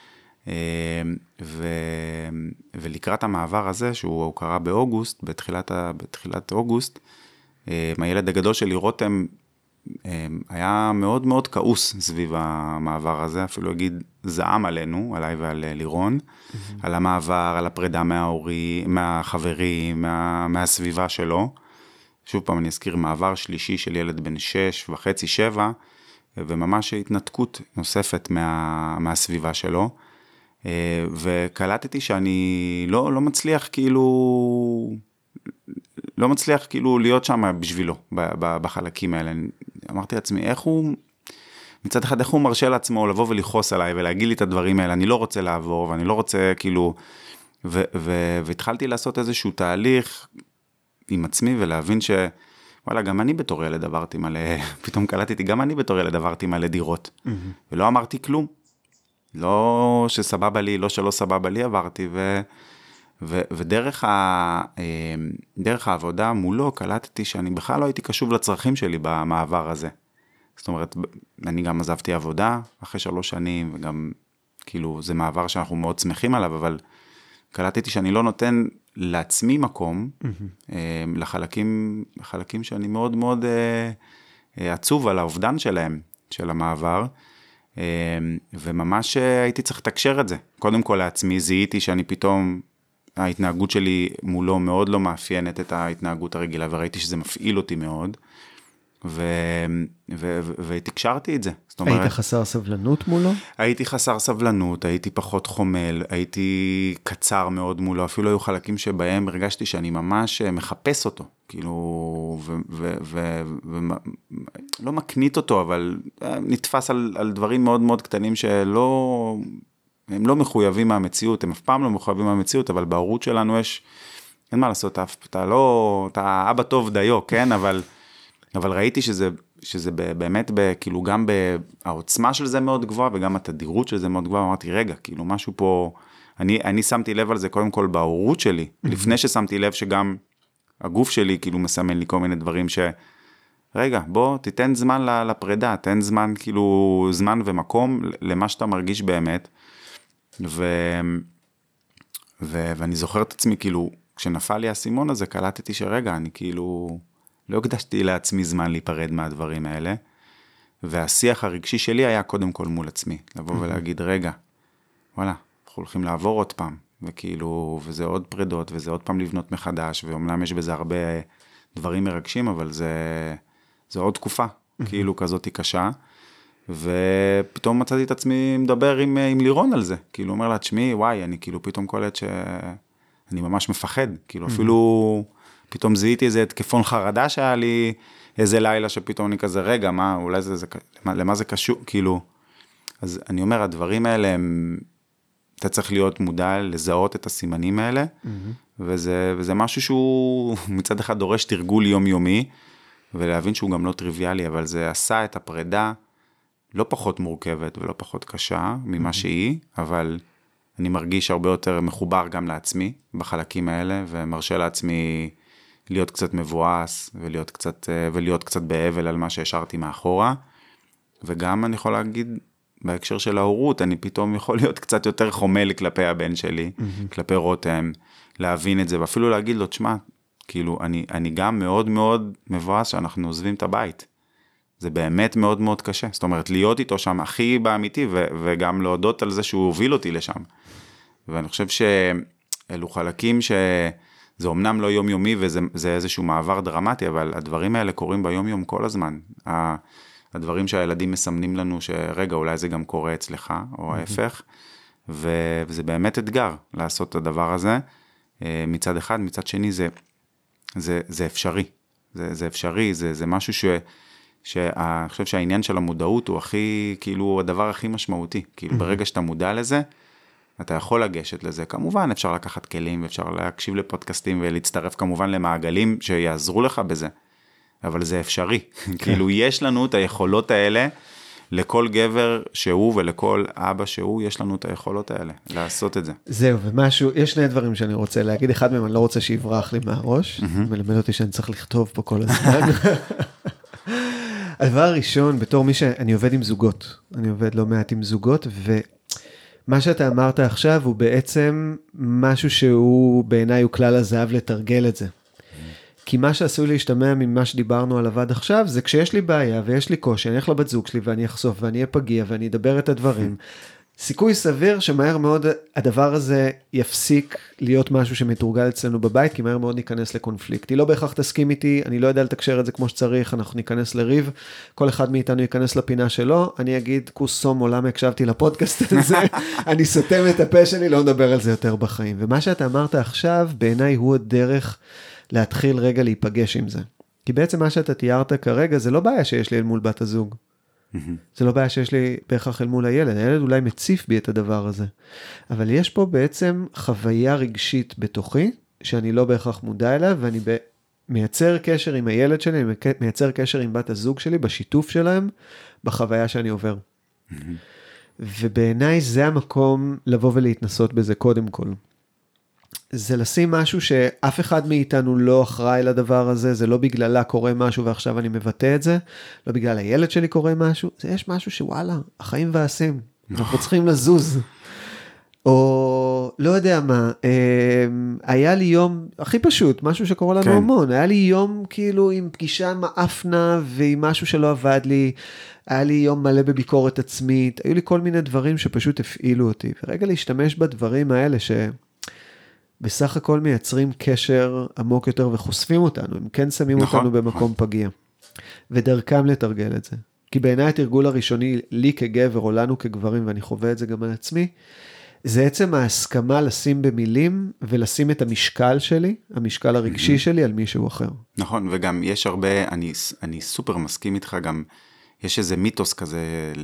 ו... ולקראת המעבר הזה, שהוא קרה באוגוסט, בתחילת, ה... בתחילת אוגוסט, הילד הגדול שלי, רותם, היה מאוד מאוד כעוס סביב המעבר הזה, אפילו אגיד זעם עלינו, עליי ועל לירון, mm-hmm. על המעבר, על הפרידה מההורי, מהחברים, מה... מהסביבה שלו, שוב פעם אני אזכיר מעבר שלישי של ילד בן שש וחצי, שבע, וממש התנתקות נוספת מה, מהסביבה שלו, וקלטתי שאני לא, לא מצליח כאילו, לא מצליח כאילו להיות שם בשבילו, בחלקים האלה. אמרתי לעצמי, איך הוא, מצד אחד, איך הוא מרשה לעצמו לבוא ולכעוס עליי, ולהגיד לי את הדברים האלה, אני לא רוצה לעבור, ואני לא רוצה כאילו, ו, ו, והתחלתי לעשות איזשהו תהליך, עם עצמי ולהבין ש, וואלה, גם אני בתור ילד עברתי מלא, פתאום קלטתי, גם אני בתור ילד עברתי מלא דירות, mm-hmm. ולא אמרתי כלום, לא שסבבה לי, לא שלא סבבה לי עברתי, ו, ו, ודרך ה, דרך העבודה מולו קלטתי שאני בכלל לא הייתי קשוב לצרכים שלי במעבר הזה, זאת אומרת, אני גם עזבתי עבודה אחרי שלוש שנים, וגם כאילו זה מעבר שאנחנו מאוד שמחים עליו, אבל קלטתי שאני לא נותן לעצמי מקום, mm-hmm. לחלקים, לחלקים שאני מאוד מאוד עצוב על האובדן שלהם, של המעבר, וממש הייתי צריך לתקשר את זה. קודם כל לעצמי, זיהיתי שאני פתאום, ההתנהגות שלי מולו מאוד לא מאפיינת את ההתנהגות הרגילה, וראיתי שזה מפעיל אותי מאוד. ותקשרתי את זה. היית חסר סבלנות מולו? הייתי חסר סבלנות, הייתי פחות חומל, הייתי קצר מאוד מולו, אפילו היו חלקים שבהם הרגשתי שאני ממש מחפש אותו, כאילו, ולא מקנית אותו, אבל נתפס על, על דברים מאוד מאוד קטנים שלא, הם לא מחויבים מהמציאות, הם אף פעם לא מחויבים מהמציאות, אבל בהורות שלנו יש, אין מה לעשות, אתה לא, אתה אבא טוב דיו, כן, אבל, אבל ראיתי שזה, שזה באמת, כאילו גם העוצמה של זה מאוד גבוהה, וגם התדירות של זה מאוד גבוהה, אמרתי, רגע, כאילו משהו פה, אני, אני שמתי לב על זה קודם כל בהורות שלי, לפני ששמתי לב שגם הגוף שלי כאילו מסמן לי כל מיני דברים ש, רגע, בוא, תיתן זמן לפרידה, תן זמן, כאילו, זמן ומקום למה שאתה מרגיש באמת, ו, ו, ואני זוכר את עצמי, כאילו, כשנפל לי הסימון הזה, קלטתי שרגע, אני כאילו, לא הקדשתי לעצמי זמן להיפרד מהדברים האלה, והשיח הרגשי שלי היה קודם כל מול עצמי, לבוא ולהגיד, רגע, וואלה, אנחנו הולכים לעבור עוד פעם, וכאילו, וזה עוד פרדות, וזה עוד פעם לבנות מחדש, ואומנם יש בזה הרבה דברים מרגשים, אבל זה, זה עוד תקופה, כאילו כזאת היא קשה, ופתאום מצאתי את עצמי מדבר עם, עם לירון על זה, כאילו אומר לה, תשמעי, וואי, אני כאילו פתאום קולט שאני ממש מפחד, כאילו אפילו פתאום זיהיתי איזה תקפון חרדה שהיה לי, איזה לילה שפתאום אני כזה, רגע, מה, אולי זה, זה, למה, למה זה קשור, כאילו, אז אני אומר, הדברים האלה הם, אתה צריך להיות מודע לזהות את הסימנים האלה, mm-hmm. וזה, וזה משהו שהוא מצד אחד דורש תרגול יומיומי, ולהבין שהוא גם לא טריוויאלי, אבל זה עשה את הפרידה לא פחות מורכבת ולא פחות קשה ממה mm-hmm. שהיא, אבל אני מרגיש הרבה יותר מחובר גם לעצמי בחלקים האלה, ומרשה לעצמי להיות קצת מבואס, ולהיות קצת, ולהיות קצת באבל על מה שהשארתי מאחורה, וגם אני יכול להגיד, בהקשר של ההורות, אני פתאום יכול להיות קצת יותר חומל כלפי הבן שלי, mm-hmm. כלפי רותם, להבין את זה, ואפילו להגיד לו, תשמע, כאילו, אני, אני גם מאוד מאוד מבואס שאנחנו עוזבים את הבית. זה באמת מאוד מאוד קשה. זאת אומרת, להיות איתו שם הכי באמיתי, ו- וגם להודות על זה שהוא הוביל אותי לשם. ואני חושב שאלו חלקים שזה אומנם לא יומיומי, וזה זה איזשהו מעבר דרמטי, אבל הדברים האלה קורים ביום-יום כל הזמן. הדברים שהילדים מסמנים לנו שרגע, אולי זה גם קורה אצלך, או ההפך, וזה באמת אתגר לעשות את הדבר הזה, מצד אחד, מצד שני זה, זה, זה אפשרי, זה, זה אפשרי, זה, זה משהו ש, שאני חושב שהעניין של המודעות הוא הכי, כאילו, הדבר הכי משמעותי, כאילו, ברגע שאתה מודע לזה, אתה יכול לגשת לזה, כמובן אפשר לקחת כלים, אפשר להקשיב לפודקאסטים, ולהצטרף כמובן למעגלים שיעזרו לך בזה, אבל זה אפשרי, כאילו יש לנו את היכולות האלה, לכל גבר שהוא ולכל אבא שהוא, יש לנו את היכולות האלה, לעשות את זה. זהו, ומשהו, יש שני דברים שאני רוצה להגיד, אחד מהם אני לא רוצה שיברח לי מהראש, מלמד אותי שאני צריך לכתוב פה כל הזמן. הדבר הראשון, בתור מי שאני עובד עם זוגות, אני עובד לא מעט עם זוגות, ומה שאתה אמרת עכשיו הוא בעצם משהו שהוא בעיניי הוא כלל הזהב לתרגל את זה. כי מה שעשוי להשתמע ממה שדיברנו עליו עד עכשיו, זה כשיש לי בעיה ויש לי קושי, אני אלך לבת זוג שלי ואני אחשוף ואני אהיה פגיע ואני אדבר את הדברים. סיכוי סביר שמהר מאוד הדבר הזה יפסיק להיות משהו שמתורגל אצלנו בבית, כי מהר מאוד ניכנס לקונפליקט. היא לא בהכרח תסכים איתי, אני לא יודע לתקשר את זה כמו שצריך, אנחנו ניכנס לריב, כל אחד מאיתנו ייכנס לפינה שלו, אני אגיד, כוס סום עולם, הקשבתי לפודקאסט הזה, אני סותם את הפה שלי, לא נדבר על זה יותר בחיים. ומה שאתה אמרת עכשיו, בעיניי הוא הדרך להתחיל רגע להיפגש עם זה. כי בעצם מה שאתה תיארת כרגע, זה לא בעיה שיש לי אל מול בת הזוג. זה לא בעיה שיש לי בהכרח אל מול הילד. הילד אולי מציף בי את הדבר הזה. אבל יש פה בעצם חוויה רגשית בתוכי, שאני לא בהכרח מודע אליה, ואני מייצר קשר עם הילד שלי, אני מייצר קשר עם בת הזוג שלי, בשיתוף שלהם, בחוויה שאני עובר. ובעיניי זה המקום לבוא ולהתנסות בזה קודם כל. זה לשים משהו שאף אחד מאיתנו לא אחראי לדבר הזה, זה לא בגללה קורה משהו ועכשיו אני מבטא את זה, לא בגלל הילד שלי קורה משהו, זה יש משהו שוואלה, החיים ועשים, אנחנו צריכים לזוז. או לא יודע מה, היה לי יום הכי פשוט, משהו שקורה לנו המון, היה לי יום כאילו עם פגישה מאפנה ועם משהו שלא עבד לי, היה לי יום מלא בביקורת עצמית, היו לי כל מיני דברים שפשוט הפעילו אותי, ורגע להשתמש בדברים האלה ש... בסך הכל מייצרים קשר עמוק יותר וחושפים אותנו, הם כן שמים נכון, אותנו במקום נכון. פגיע. ודרכם לתרגל את זה. כי בעיניי התרגול הראשוני, לי כגבר או לנו כגברים, ואני חווה את זה גם על עצמי, זה עצם ההסכמה לשים במילים, ולשים את המשקל שלי, המשקל הרגשי שלי, על מישהו אחר. נכון, וגם יש הרבה, אני, אני סופר מסכים איתך, גם יש איזה מיתוס כזה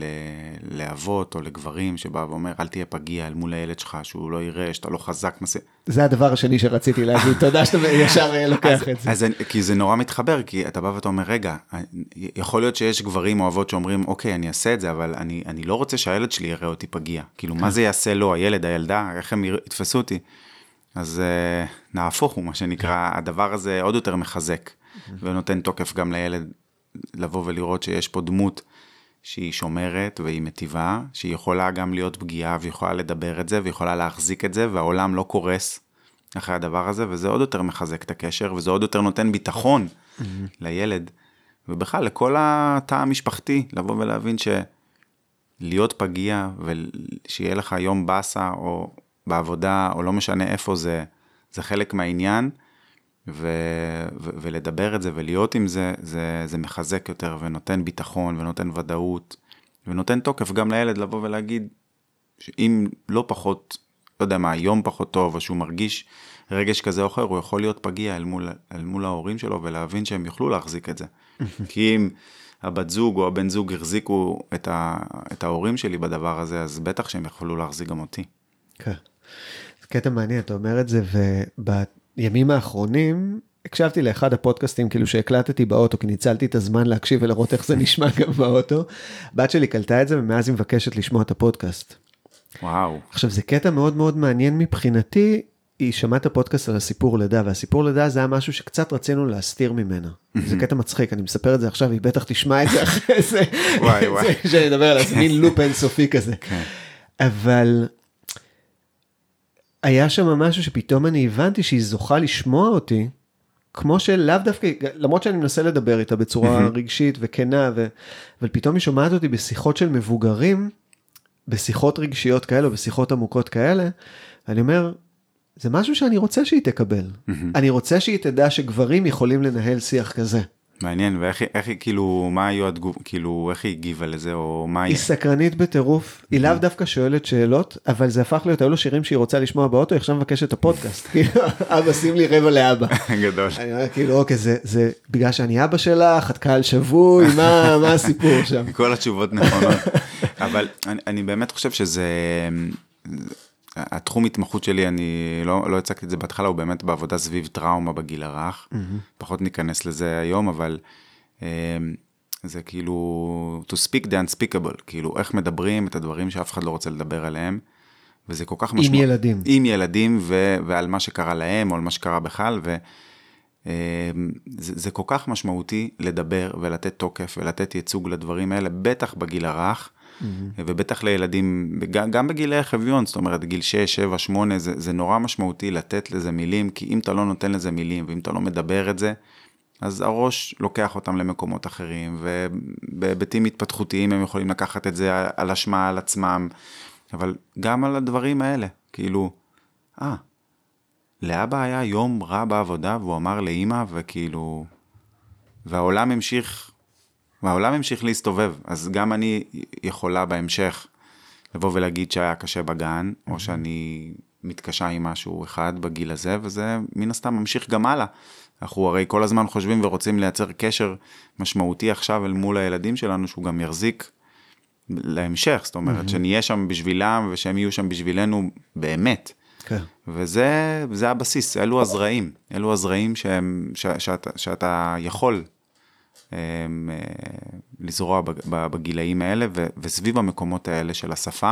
לאבות או לגברים, שבא ואומר, אל תהיה פגיע אל מול הילד שלך, שהוא לא יראה, שאתה לא חזק מספיק. זה הדבר השני שרציתי להגיד, תודה שאתה ישר לוקח את זה. אז, כי זה נורא מתחבר, כי אתה בא ואתה אומר, רגע, יכול להיות שיש גברים או אבות שאומרים, אוקיי, אני אעשה את זה, אבל אני, אני לא רוצה שהילד שלי יראה אותי פגיע. כאילו, מה זה יעשה לו, הילד, הילדה, איך הם יתפסו אותי? אז נהפוך הוא, מה שנקרא, הדבר הזה עוד יותר מחזק, ונותן תוקף גם לילד, לבוא ולראות שיש פה דמות שהיא שומרת והיא מטיבה, שהיא יכולה גם להיות פגיעה, ויכולה לדבר את זה, ויכולה להחזיק את זה, והעולם לא קורס אחרי הדבר הזה, וזה עוד יותר מחזק את הקשר, וזה עוד יותר נותן ביטחון mm-hmm. לילד, ובכלל לכל התא המשפחתי, לבוא ולהבין שלהיות פגיע, ושיהיה לך יום בסה, או בעבודה, או לא משנה איפה זה, זה חלק מהעניין, ו, ו, ולדבר את זה ולהיות עם זה, זה, זה מחזק יותר ונותן ביטחון ונותן ודאות ונותן תוקף גם לילד לבוא ולהגיד שאם לא פחות, לא יודע מה, יום פחות טוב או שהוא מרגיש רגש כזה או אחר, הוא יכול להיות פגיע אל מול, אל מול ההורים שלו ולהבין שהם יוכלו להחזיק את זה. כי אם הבת זוג או הבן זוג החזיקו את, ה, את ההורים שלי בדבר הזה, אז בטח שהם יכולו להחזיק גם אותי. כן. זה קטע מעניין, אתה אומר את זה ובת ימים האחרונים, הקשבתי לאחד הפודקאסטים, כאילו שהקלטתי באוטו, כי ניצלתי את הזמן להקשיב ולראות איך זה נשמע גם באוטו. בת שלי קלטה את זה, ומאז היא מבקשת לשמוע את הפודקאסט. וואו. עכשיו, זה קטע מאוד מאוד מעניין מבחינתי, היא שמעה את הפודקאסט על הסיפור לידה, והסיפור לידה זה היה משהו שקצת רצינו להסתיר ממנה. זה קטע מצחיק, אני מספר את זה עכשיו, היא בטח תשמע את זה אחרי זה. וואי וואי. שאני אדבר על זה, מין לופ אינסופי כזה. אבל היה שם משהו שפתאום אני הבנתי שהיא זוכה לשמוע אותי, כמו שלאו דווקא, למרות שאני מנסה לדבר איתה בצורה רגשית וכנה, ו... אבל פתאום היא שומעת אותי בשיחות של מבוגרים, בשיחות רגשיות כאלה, בשיחות עמוקות כאלה, ואני אומר, זה משהו שאני רוצה שהיא תקבל. אני רוצה שהיא תדע שגברים יכולים לנהל שיח כזה. מעניין, ואיך היא, כאילו, מה היו התגוב, כאילו, איך היא הגיבה לזה, או מה היא... היא סקרנית בטירוף, היא לאו דווקא שואלת שאלות, אבל זה הפך להיות, היו לו שירים שהיא רוצה לשמוע באוטו, היא עכשיו מבקשת את הפודקאסט, כאילו, אבא, שים לי רבע לאבא. גדול. אני אומר, כאילו, אוקיי, זה, זה בגלל שאני אבא שלך, את קהל שבוי, מה, מה הסיפור שם? כל התשובות נכונות. אבל אני, אני באמת חושב שזה... התחום התמחות שלי, אני לא, לא הצגתי את זה בהתחלה, הוא באמת בעבודה סביב טראומה בגיל הרך, mm-hmm. פחות ניכנס לזה היום, אבל זה כאילו, to speak the unspeakable, כאילו איך מדברים את הדברים שאף אחד לא רוצה לדבר עליהם, וזה כל כך משמעות. עם ילדים. עם ילדים, ו, ועל מה שקרה להם, או על מה שקרה בכלל, וזה זה כל כך משמעותי לדבר, ולתת תוקף, ולתת ייצוג לדברים האלה, בטח בגיל הרך, Mm-hmm. ובטח לילדים, גם, גם בגילי חביון, זאת אומרת, גיל שש, שבע, שמונה, זה, זה נורא משמעותי לתת לזה מילים, כי אם אתה לא נותן לזה מילים, ואם אתה לא מדבר את זה, אז הראש לוקח אותם למקומות אחרים, ובהיבטים התפתחותיים הם יכולים לקחת את זה על השמה, על עצמם, אבל גם על הדברים האלה, כאילו, אה, לאבא היה יום רע בעבודה, והוא אמר לאמא, וכאילו, והעולם המשיך, והעולם המשיך להסתובב, אז גם אני יכולה בהמשך לבוא ולהגיד שהיה קשה בגן, או שאני מתקשה עם משהו אחד בגיל הזה, וזה מן הסתם ממשיך גם הלאה. אנחנו הרי כל הזמן חושבים ורוצים לייצר קשר משמעותי עכשיו אל מול הילדים שלנו, שהוא גם יחזיק להמשך, זאת אומרת, שנהיה שם בשבילם, ושהם יהיו שם בשבילנו באמת. כן. וזה זה הבסיס, אלו הזרעים, אלו הזרעים שהם, ש, שאתה, שאתה יכול לזרוע בגילאים האלה, וסביב המקומות האלה של השפה,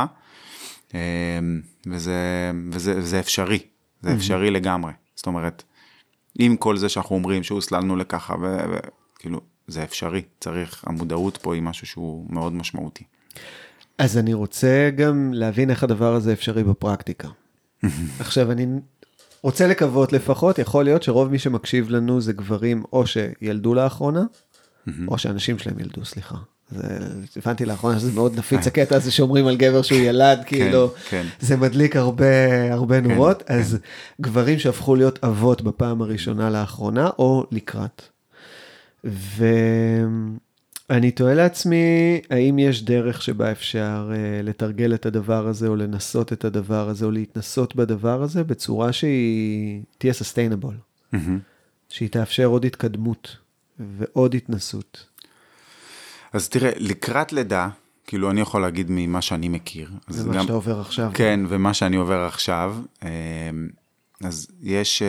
וזה, וזה, וזה אפשרי, זה אפשרי לגמרי. זאת אומרת, עם כל זה שאנחנו אומרים שהוסללנו לככה, וכאילו, זה אפשרי, צריך, המודעות פה היא משהו שהוא מאוד משמעותי. אז אני רוצה גם להבין איך הדבר הזה אפשרי בפרקטיקה. עכשיו, אני רוצה לקוות לפחות, יכול להיות שרוב מי שמקשיב לנו זה גברים או שילדו לאחרונה, או שאנשים שלהם ילדו, סליחה. הבנתי לאחרונה שזה מאוד נפיץ הקטע הזה שאומרים על גבר שהוא ילד, כאילו, זה מדליק הרבה נורות, אז גברים שהפכו להיות אבות בפעם הראשונה לאחרונה, או לקראת. ואני תוהה לעצמי, האם יש דרך שבה אפשר לתרגל את הדבר הזה, או לנסות את הדבר הזה, או להתנסות בדבר הזה, בצורה שהיא תהיה sustainable, mm-hmm. שהיא תאפשר עוד התקדמות, ועוד התנסות. אז תראה, לקראת לידה, כאילו אני יכול להגיד ממה שאני מכיר. ומה גם, שאתה עובר עכשיו. כן, ומה שאני עובר עכשיו. אז יש,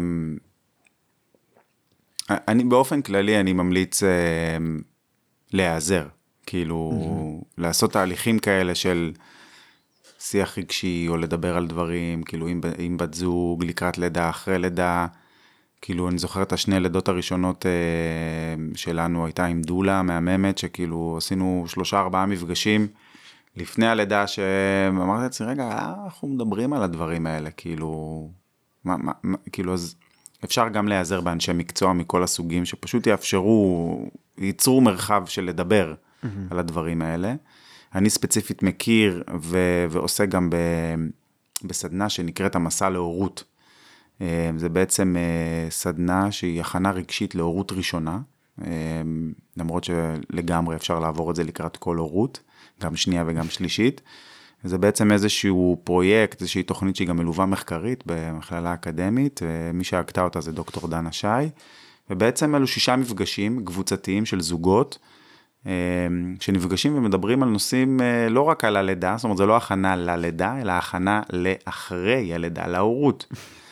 אני באופן כללי, אני ממליץ להיעזר, כאילו mm-hmm. לעשות תהליכים כאלה של שיח רגשי, או לדבר על דברים, כאילו עם, עם בת זוג, לקראת לידה, אחרי לידה, כאילו אני זוכר את השני לידות הראשונות אה, שלנו, הייתה עם דולה מהממת, שכאילו עשינו שלושה ארבעה מפגשים, לפני הלידה שאמרתי לעצמי, רגע, אנחנו מדברים על הדברים האלה, כאילו, מה, מה, כאילו אז אפשר גם להיעזר באנשי מקצוע מכל הסוגים, שפשוט יאפשרו, ייצרו מרחב של לדבר mm-hmm. על הדברים האלה. אני ספציפית מכיר ו- ועושה גם ב- בסדנה שנקראת המסע להורות, זה בעצם סדנה שהיא הכנה רגשית להורות ראשונה, למרות שלגמרי אפשר לעבור את זה לקראת כל הורות, גם שנייה וגם שלישית. זה בעצם איזשהו פרויקט, איזושהי תוכנית שהיא גם מלווה מחקרית במכללה האקדמית, מי שהגתה אותה זה דוקטור דנה שי, ובעצם אלו שישה מפגשים קבוצתיים של זוגות, שנפגשים ומדברים על נושאים לא רק על הלידה, זאת אומרת זה לא הכנה ללידה, אלא הכנה לאחרי הלידה, להורות.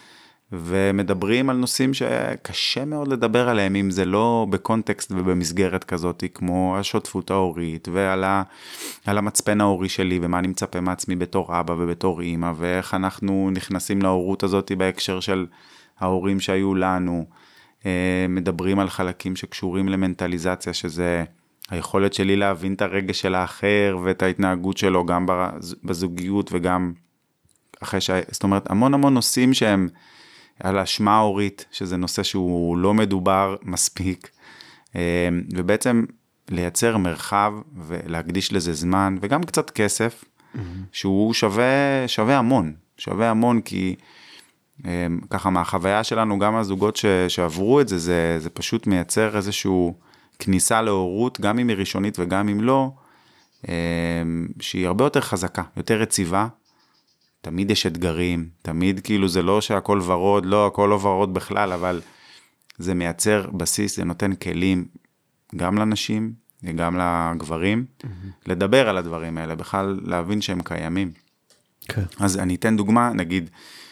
ומדברים על נושאים שקשה מאוד לדבר עליהם, אם זה לא בקונטקסט ובמסגרת כזאת, כמו השותפות ההורית, ועל ה, על המצפן ההורי שלי, ומה אני מצפה מעצמי בתור אבא ובתור אמא, ואיך אנחנו נכנסים להורות הזאת בהקשר של ההורים שהיו לנו, מדברים על חלקים שקשורים למנטליזציה, שזה היכולת שלי להבין את הרגש של האחר, ואת ההתנהגות שלו, גם בזוגיות וגם אחרי ש... זאת אומרת, המון המון נושאים שהם על השמה ההורית, שזה נושא שהוא לא מדובר מספיק, ובעצם לייצר מרחב ולהקדיש לזה זמן, וגם קצת כסף, mm-hmm. שהוא שווה, שווה המון, שווה המון, כי ככה מהחוויה שלנו, גם הזוגות ש, שעברו את זה, זה, זה פשוט מייצר איזשהו כניסה להורות, גם אם היא ראשונית וגם אם לא, שהיא הרבה יותר חזקה, יותר רציבה, תמיד יש אתגרים, תמיד כאילו זה לא שהכל ורוד, לא הכל לא ורוד בכלל, אבל זה מייצר בסיס, זה נותן כלים גם לנשים וגם לגברים, mm-hmm. לדבר על הדברים האלה, בכלל להבין שהם קיימים. Okay. אז אני אתן דוגמה, נגיד,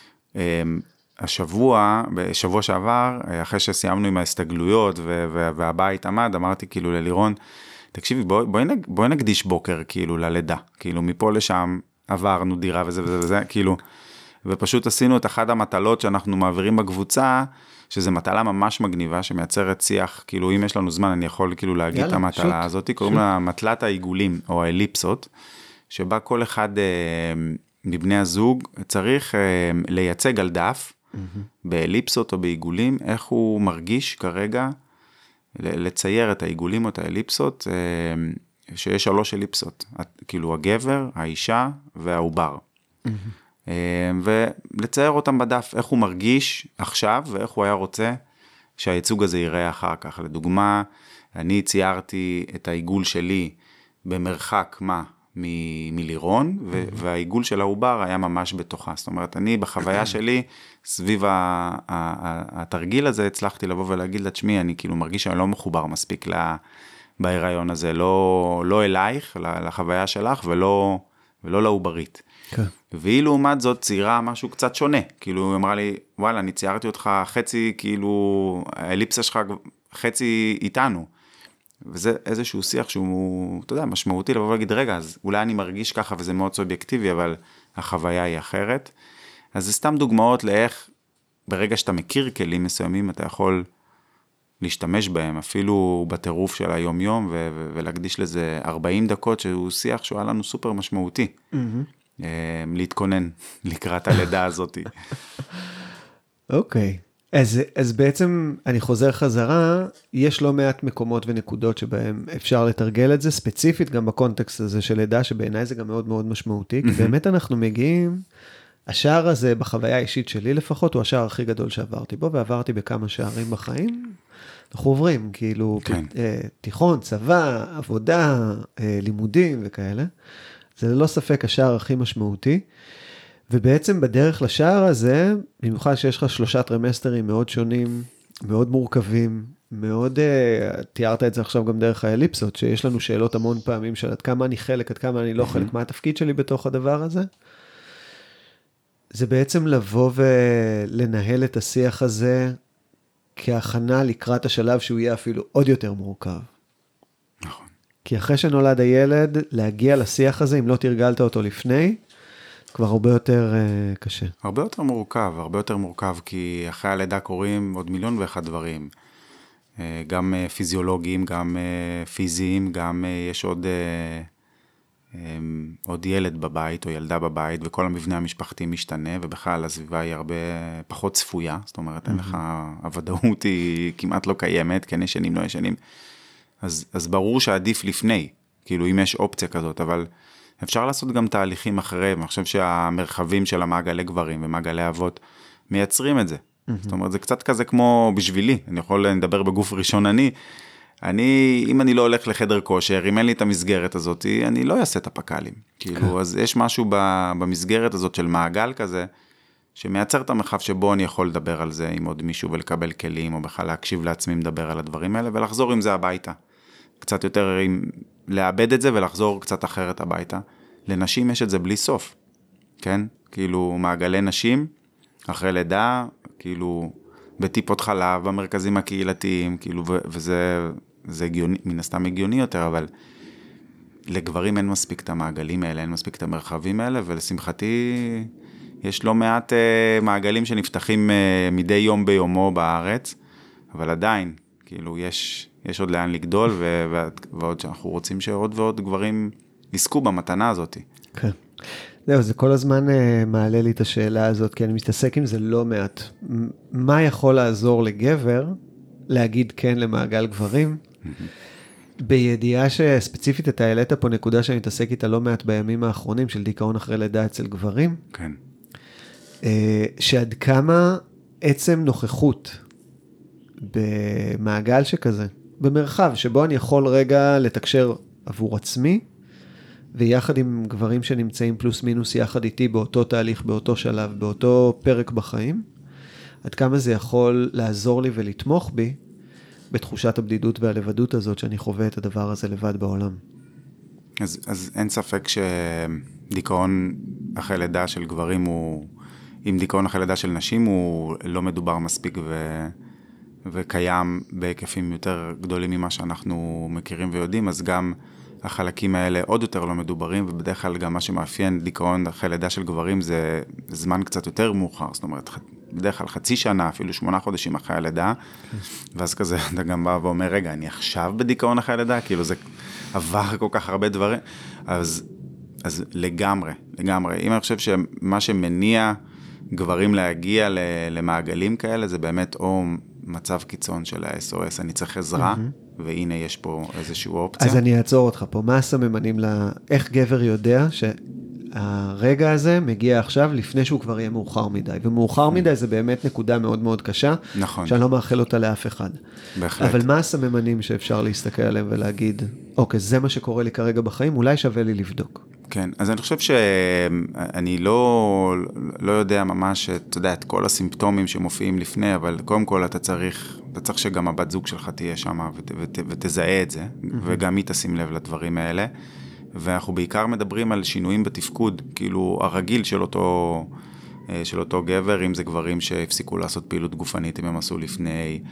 השבוע, בשבוע שעבר, אחרי שסיימנו עם ההסתגלויות והבית עמד, אמרתי כאילו ללירון, תקשיבי, בואי, בואי, בואי נקדיש בוקר כאילו ללידה, כאילו מפה לשם, עברנו דירה וזה וזה וזה, כאילו, ופשוט עשינו את אחת המטלות שאנחנו מעבירים בקבוצה, שזה מטלה ממש מגניבה, שמייצרת שיח, כאילו, אם יש לנו זמן, אני יכול כאילו להגיד יאללה, את המטלה שוט, הזאת, שוט. קוראים לה מטלת העיגולים, או האליפסות, שבה כל אחד אה, מבני הזוג צריך אה, לייצג על דף, mm-hmm. באליפסות או בעיגולים, איך הוא מרגיש כרגע, לצייר את העיגולים או את האליפסות, אה, שיש שלוש אליפסות, כאילו הגבר, האישה והעובר. Mm-hmm. ולצייר אותם בדף, איך הוא מרגיש עכשיו, ואיך הוא היה רוצה שהייצוג הזה ייראה אחר כך. לדוגמה, אני ציירתי את העיגול שלי במרחק מה? מ- מלירון, ו- mm-hmm. והעיגול של העובר היה ממש בתוכה. זאת אומרת, אני בחוויה שלי, סביב ה- ה- ה- התרגיל הזה, הצלחתי לבוא ולהגיד לתשמי, אני כאילו מרגיש שאני לא מחובר מספיק ל... בהיריון הזה, לא, לא אלייך, לחוויה שלך, ולא, ולא לעוברית. כן. והיא לעומת זאת ציירה משהו קצת שונה, כאילו היא אמרה לי, וואלה, אני ציירתי אותך חצי, כאילו, האליפסה שלך חצי איתנו, וזה איזשהו שיח שהוא, אתה יודע, משמעותי, לבוא ולהגיד, רגע, אז אולי אני מרגיש ככה, וזה מאוד סובייקטיבי, אבל החוויה היא אחרת. אז זה סתם דוגמאות לאיך, ברגע שאתה מכיר כלים מסוימים, אתה יכול להשתמש בהם, אפילו בטירוף של היום יום, ו- ו- ולהקדיש לזה ארבעים דקות, שהוא שיח שהוא היה לנו סופר משמעותי. Mm-hmm. להתכונן לקראת הלידה הזאת. אוקיי. אז, אז בעצם אני חוזר חזרה, יש לא מעט מקומות ונקודות שבהם אפשר לתרגל את זה, ספציפית גם בקונטקסט הזה של לידה, שבעיניי זה גם מאוד מאוד משמעותי, כי באמת אנחנו מגיעים, השער הזה בחוויה האישית שלי לפחות, הוא השער הכי גדול שעברתי בו, ועברתי בכמה שערים בחיים, אנחנו עוברים, כאילו, כן. תיכון, צבא, עבודה, לימודים וכאלה. זה ללא ספק השער הכי משמעותי. ובעצם בדרך לשער הזה, במיוחד שיש לך שלושה טרימסטרים מאוד שונים, מאוד מורכבים, מאוד, uh, תיארת את זה עכשיו גם דרך האליפסות, שיש לנו שאלות המון פעמים של עד כמה אני חלק, עד כמה אני לא חלק, מה התפקיד שלי בתוך הדבר הזה. זה בעצם לבוא ולנהל את השיח הזה, כהכנה לקראת השלב שהוא יהיה אפילו עוד יותר מורכב. נכון. כי אחרי שנולד הילד, להגיע לשיח הזה, אם לא תרגלת אותו לפני, כבר הרבה יותר uh, קשה. הרבה יותר מורכב, הרבה יותר מורכב, כי אחרי הלידה קורים עוד מיליון ואחד דברים. Uh, גם uh, פיזיולוגיים, גם uh, פיזיים, גם uh, יש עוד, uh, um, עוד ילד בבית או ילדה בבית, וכל המבנה המשפחתי משתנה, ובכלל הסביבה היא הרבה פחות צפויה, זאת אומרת, אין לך, הוודאות היא כמעט לא קיימת, כן ישנים, לא ישנים. אז, אז ברור שעדיף לפני, כאילו אם יש אופציה כזאת, אבל אפשר לעשות גם תהליכים אחריהם. אני חושב שהמרחבים של המעגלי גברים ומעגלי אבות מייצרים את זה. Mm-hmm. זאת אומרת, זה קצת כזה כמו בשבילי. אני יכול לדבר בגוף ראשון אני. אני, אם אני לא הולך לחדר כושר, אם אין לי את המסגרת הזאת, אני לא אעשה את הפקלים. כאילו, אז יש משהו במסגרת הזאת של מעגל כזה, שמייצר את המרחב שבו אני יכול לדבר על זה עם עוד מישהו ולקבל כלים, או בכלל להקשיב לעצמי מדבר על הדברים האלה, ולחזור עם זה הביתה. קצת יותר עם לאבד את זה ולחזור קצת אחרת הביתה. לנשים יש את זה בלי סוף, כן? כאילו מעגלי נשים, אחרי לידה, כאילו בטיפות חלב, במרכזים הקהילתיים, כאילו, ו- וזה זה הגיוני, מן הסתם הגיוני יותר, אבל לגברים אין מספיק את המעגלים האלה, אין מספיק את המרחבים האלה, ולשמחתי יש לא מעט uh, מעגלים שנפתחים uh, מדי יום ביומו בארץ, אבל עדיין, כאילו יש... יש עוד לאן לגדול, ו- ועוד שאנחנו רוצים שעוד ועוד גברים יזכו במתנה הזאת. כן. זהו, זה כל הזמן uh, מעלה לי את השאלה הזאת, כי אני מתעסק עם זה לא מעט. מה יכול לעזור לגבר להגיד כן למעגל גברים? בידיעה שספציפית אתה העלית פה נקודה שאני מתעסק איתה לא מעט בימים האחרונים, של דיכאון אחרי לידה אצל גברים. כן. Uh, שעד כמה עצם נוכחות במעגל שכזה, במרחב שבו אני יכול רגע לתקשר עבור עצמי, ויחד עם גברים שנמצאים פלוס מינוס יחד איתי באותו תהליך, באותו שלב, באותו פרק בחיים, עד כמה זה יכול לעזור לי ולתמוך בי, בתחושת הבדידות והלבדות הזאת, שאני חווה את הדבר הזה לבד בעולם. אז, אז אין ספק שדיכאון אחרי לידה של גברים הוא, אם דיכאון אחרי לידה של נשים הוא לא מדובר מספיק ו... וקיים בהיקפים יותר גדולים ממה שאנחנו מכירים ויודעים, אז גם החלקים האלה עוד יותר לא מדוברים, ובדרך כלל גם מה שמאפיין דיכאון אחרי לידה של גברים זה זמן קצת יותר מאוחר, זאת אומרת, בדרך כלל חצי שנה, אפילו שמונה חודשים אחרי הלידה, ואז כזה אתה גם בא ואומר, רגע, אני עכשיו בדיכאון אחרי הלידה, כאילו זה עבר כל כך הרבה דברים, אז, אז לגמרי, לגמרי. אם אני חושב שמה שמניע גברים להגיע למעגלים כאלה, זה באמת או מצב קיצון של ה-אס או אס, אני צריך עזרה, mm-hmm. והנה יש פה איזושהי אופציה. אז אני אעצור אותך פה, מה הסממנים לה... איך גבר יודע שהרגע הזה מגיע עכשיו לפני שהוא כבר יהיה מאוחר מדי, ומאוחר mm-hmm. מדי זה באמת נקודה מאוד מאוד קשה, נכון. שאני לא מאחל אותה לאף אחד. בהחלט. אבל מה הסממנים שאפשר להסתכל עליהם ולהגיד, אוקיי, זה מה שקורה לי כרגע בחיים, אולי שווה לי לבדוק. כן, אז אני חושב שאני לא, לא יודע ממש, אתה יודע, את כל הסימפטומים שמופיעים לפני, אבל קודם כל אתה צריך, אתה צריך שגם הבת זוג שלך תהיה שם ות, ות, ותזהה את זה, mm-hmm. וגם היא תשים לב לדברים האלה, ואנחנו בעיקר מדברים על שינויים בתפקוד, כאילו הרגיל של אותו, של אותו גבר, אם זה גברים שהפסיקו לעשות פעילות גופנית, אם הם עשו לפני,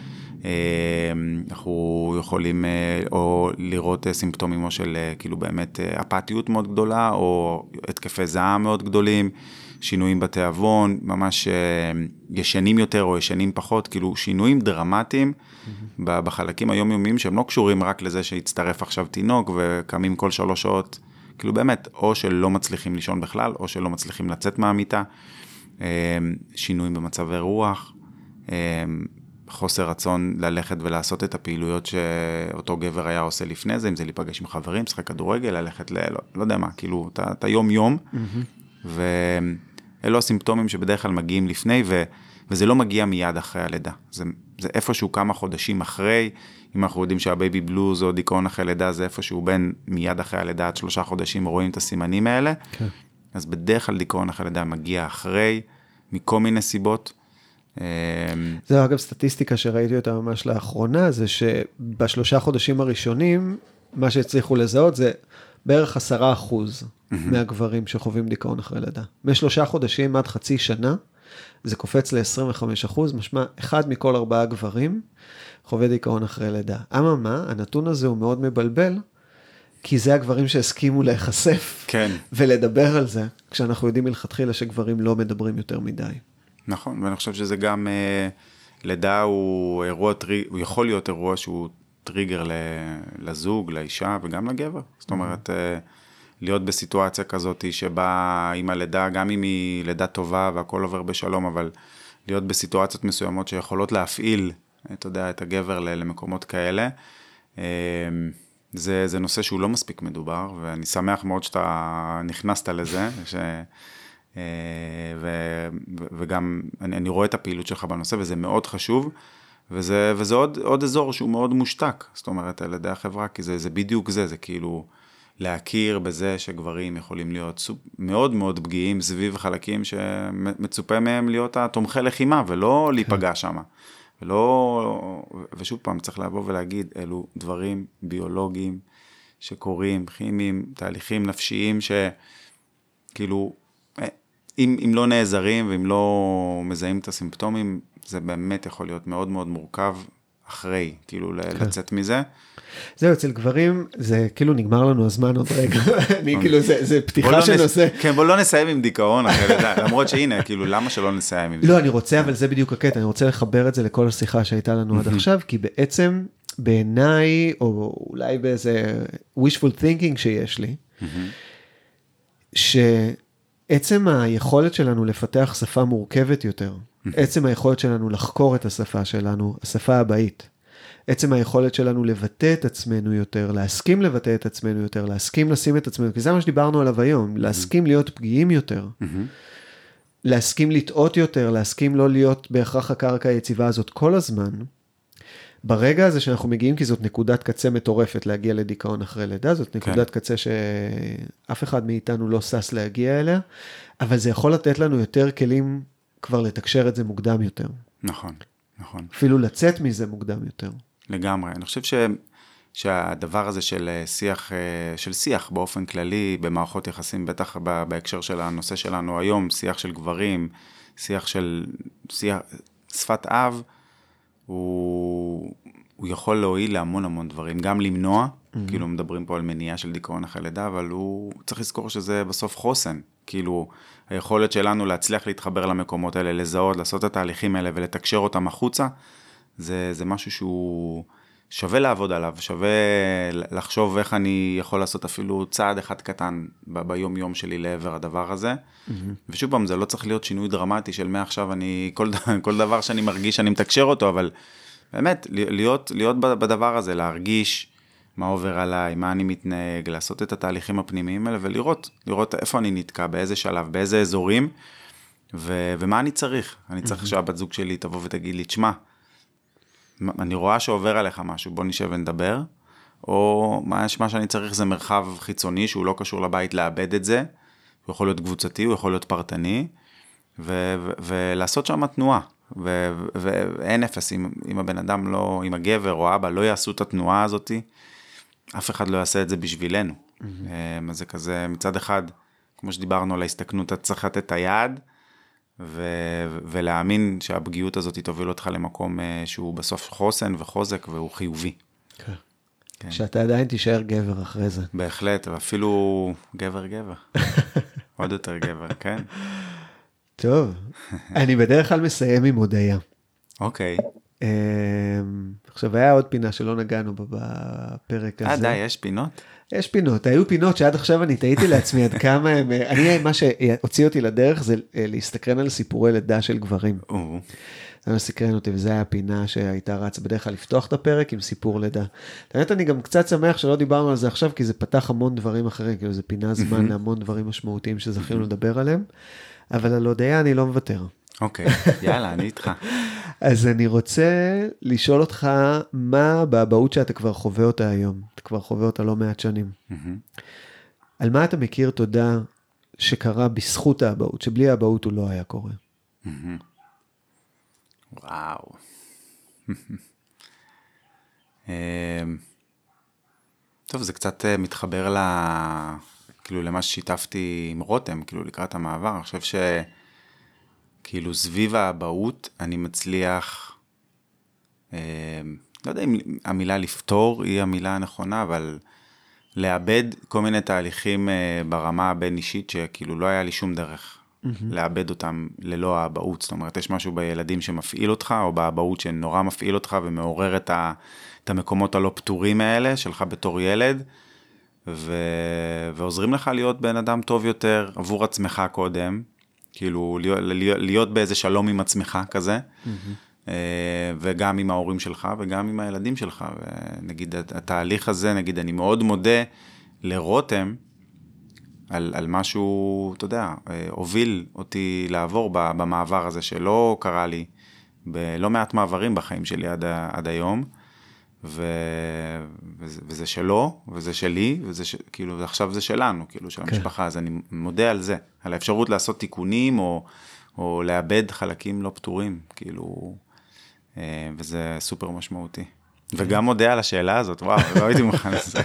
אנחנו יכולים או לראות סימפטומים או של כאילו באמת אפתיות מאוד גדולה, או התקפי זעם מאוד גדולים, שינויים בתיאבון, ממש ישנים יותר או ישנים פחות, כאילו שינויים דרמטיים mm-hmm. בחלקים היומיומיים שהם לא קשורים רק לזה שהצטרף עכשיו תינוק וקמים כל שלוש שעות, כאילו באמת, או שלא מצליחים לישון בכלל, או שלא מצליחים לצאת מהמיטה, שינויים במצבי רוח, חוסר רצון ללכת ולעשות את הפעילויות שאותו גבר היה עושה לפני זה, אם זה להיפגש עם חברים, שחק כדורגל, ללכת ל... לא, לא יודע מה, כאילו, את היום יום, mm-hmm. ואלו הסימפטומים שבדרך כלל מגיעים לפני, ו... וזה לא מגיע מיד אחרי הלידה. זה זה איפשהו כמה חודשים אחרי, אם אנחנו יודעים שהבייבי בלוז או דיכאון אחרי לידה, זה איפשהו בין מיד אחרי הלידה עד שלושה חודשים רואים את הסימנים האלה, כן. אז בדרך כלל דיכאון אחרי לידה מגיע אחרי, מכל מיני סיבות. זה אגב סטטיסטיקה שראיתי אותה ממש לאחרונה, זה שבשלושה חודשים הראשונים, מה שהצליחו לזהות זה בערך עשרה אחוז מהגברים שחווים דיכאון אחרי לידה. משלושה חודשים עד חצי שנה, זה קופץ ל-עשרים וחמישה אחוז, משמע אחד מכל ארבעה גברים חווה דיכאון אחרי לידה. אממה, הנתון הזה הוא מאוד מבלבל, כי זה הגברים שהסכימו להיחשף כן. ולדבר על זה, כשאנחנו יודעים מלכתחילה שגברים לא מדברים יותר מדי. נכון, ואני חושב שזה גם, אה, לידה הוא אירוע, הוא יכול להיות אירוע שהוא טריגר לזוג, לאישה וגם לגבר. זאת אומרת, אה, להיות בסיטואציה כזאת שבה עם הלידה, גם אם היא לידה טובה והכל עובר בשלום, אבל להיות בסיטואציות מסוימות שיכולות להפעיל, אתה יודע, את הגבר למקומות כאלה, אה, זה, זה נושא שהוא לא מספיק מדובר, ואני שמח מאוד שאתה נכנסת לזה, ש... ו, וגם אני, אני רואה את הפעילות שלך בנושא, וזה מאוד חשוב, וזה, וזה עוד, עוד אזור שהוא מאוד מושתק, זאת אומרת, על ידי החברה, כי זה, זה בדיוק זה, זה כאילו להכיר בזה שגברים יכולים להיות סופ, מאוד מאוד פגיעים סביב חלקים שמצופה מהם להיות התומכי לחימה, ולא להיפגע שם. ולא, ושוב פעם צריך לבוא ולהגיד, אלו דברים ביולוגיים שקורים, כימיים, תהליכים נפשיים שכאילו, אם, אם לא נעזרים ואם לא מזהים את הסימפטומים, זה באמת יכול להיות מאוד מאוד מורכב אחרי, כאילו כן. לצאת מזה. זהו, אצל גברים, זה כאילו נגמר לנו הזמן עוד רגע, אני כאילו, זה, זה פתיחה של נושא. כן, בוא לא נסיים עם דיכאון, למרות שהנה, כאילו, למה שלא נסיים עם זה? לא, אני רוצה, אבל זה בדיוק הקטע, אני רוצה לחבר את זה לכל השיחה שהייתה לנו עד עכשיו, כי בעצם, בעיניי, או אולי באיזה wishful thinking שיש לי, שעצם היכולת שלנו לפתח שפה מורכבת יותר, עצם היכולת שלנו לחקור את השפה שלנו, השפה הבאית, עצם היכולת שלנו לבטא את עצמנו יותר, להסכים לבטא את עצמנו יותר, להסכים לשים את עצמנו, כי זה מה שדיברנו עליו היום, להסכים להיות פגיעים יותר, להסכים לטעות יותר, להסכים לא להיות בהכרח הקרקע היציבה הזאת כל הזמן, ברגע הזה שאנחנו מגיעים, כי זאת נקודת קצה מטורפת להגיע לדיכאון אחרי לידה, זאת נקודת קצה שאף אחד מאיתנו לא סס להגיע אליה, אבל זה יכול לתת לנו יותר כלים כבר לתקשר את זה מוקדם יותר. נכון, נכון. אפילו לצאת מזה מוקדם יותר. לגמרי. אני חושב ש, שהדבר הזה של שיח, של שיח באופן כללי, במערכות יחסים, בטח בהקשר של הנושא שלנו היום, שיח של גברים, שיח של, שיח, שפת אב, הוא, הוא יכול להועיל להמון המון דברים, גם למנוע, mm-hmm. כאילו מדברים פה על מניעה של דיכאון אחרי לידה, אבל הוא צריך לזכור שזה בסוף חוסן, כאילו היכולת שלנו להצליח להתחבר למקומות האלה, לזהות, לעשות את התהליכים האלה ולתקשר אותם החוצה, זה, זה משהו שהוא שווה לעבוד עליו, שווה לחשוב איך אני יכול לעשות אפילו צעד אחד קטן ב- ביום יום שלי לעבר הדבר הזה, mm-hmm. ושוב פעם, זה לא צריך להיות שינוי דרמטי של מעכשיו אני, כל, כל דבר שאני מרגיש אני מתקשר אותו, אבל באמת, להיות, להיות בדבר הזה, להרגיש מה עובר עליי, מה אני מתנהג, לעשות את התהליכים הפנימיים האלה, ולראות, לראות איפה אני נתקע, באיזה שלב, באיזה אזורים, ו- ומה אני צריך. אני צריך שהבת זוג שלי תבוא ותגיד לי, תשמע, אני רואה שעובר עליך משהו, בוא נשב ונדבר, או מה, מה שאני צריך זה מרחב חיצוני, שהוא לא קשור לבית לאבד את זה, הוא יכול להיות קבוצתי, הוא יכול להיות פרטני, ו- ו- ולעשות שם תנועה, ו- ו- ואין אפס, אם, אם הבן אדם לא, אם הגבר או אבא לא יעשו את התנועה הזאת, אף אחד לא יעשה את זה בשבילנו. Mm-hmm. אז זה כזה, מצד אחד, כמו שדיברנו על ההסתכנות, אתה צריך לתת את היד, ו- ולהאמין שהפגיעות הזאת תוביל אותך למקום שהוא בסוף חוסן וחוזק, והוא חיובי. כן. כן. שאתה עדיין תישאר גבר אחרי זה. בהחלט, ואפילו גבר גבר. עוד יותר גבר, כן. טוב, אני בדרך כלל מסיים עם הודיה. אוקיי. עכשיו, היה עוד פינה שלא נגענו בפרק הזה. אה, די, יש פינות? יש פינות. היו פינות שעד עכשיו אני תהיתי לעצמי עד כמה הם... אני, מה שהוציא אותי לדרך זה להסתקרן על סיפורי לידה של גברים. זה מה סקרן אותי, וזו היה הפינה שהייתה רצה בדרך כלל לפתוח את הפרק עם סיפור לידה. באמת אני גם קצת שמח שלא דיברנו על זה עכשיו, כי זה פתח המון דברים אחרים, כאילו זה פינה זמן להמון דברים משמעותיים שזכינו לדבר עליהם, אבל על הודיה אני לא מוותר. אוקיי, יאללה, אני איתך. אז אני רוצה לשאול אותך, מה באבהות שאתה כבר חווה אותה היום? אתה כבר חווה אותה לא מעט שנים. על מה אתה מכיר תודה שקרה בזכות האבהות, שבלי האבהות הוא לא היה קורה? וואו. טוב, זה קצת מתחבר ל... כאילו למה ששיתפתי עם רותם, כאילו לקראת המעבר. אני חושב ש... כאילו סביב האבהות אני מצליח, אה, לא יודע אם המילה לפתור היא המילה הנכונה, אבל לאבד כל מיני תהליכים אה, ברמה הבין-אישית, שכאילו לא היה לי שום דרך mm-hmm. לאבד אותם ללא האבהות. זאת אומרת, יש משהו בילדים שמפעיל אותך, או באבהות שנורא מפעיל אותך, ומעורר את, ה, את המקומות הלא פתורים האלה, שלך בתור ילד, ו, ועוזרים לך להיות בן אדם טוב יותר, עבור עצמך קודם, כאילו להיות, להיות באיזה שלום עם עצמך כזה, mm-hmm. וגם עם ההורים שלך, וגם עם הילדים שלך, ונגיד התהליך הזה, נגיד אני מאוד מודה לרותם, על, על משהו, אתה יודע, הוביל אותי לעבור במעבר הזה, שלא קרה לי, בלא מעט מעברים בחיים שלי עד, עד היום, ו, וזה, וזה שלו, וזה שלי, וזה ש, כאילו, עכשיו זה שלנו, כאילו, של המשפחה, אז אני מודה על זה, על האפשרות לעשות תיקונים, או, או לאבד חלקים לא פתורים, כאילו, וזה סופר משמעותי. וגם מודה על השאלה הזאת, וואו, לא הייתי מוכן לזה.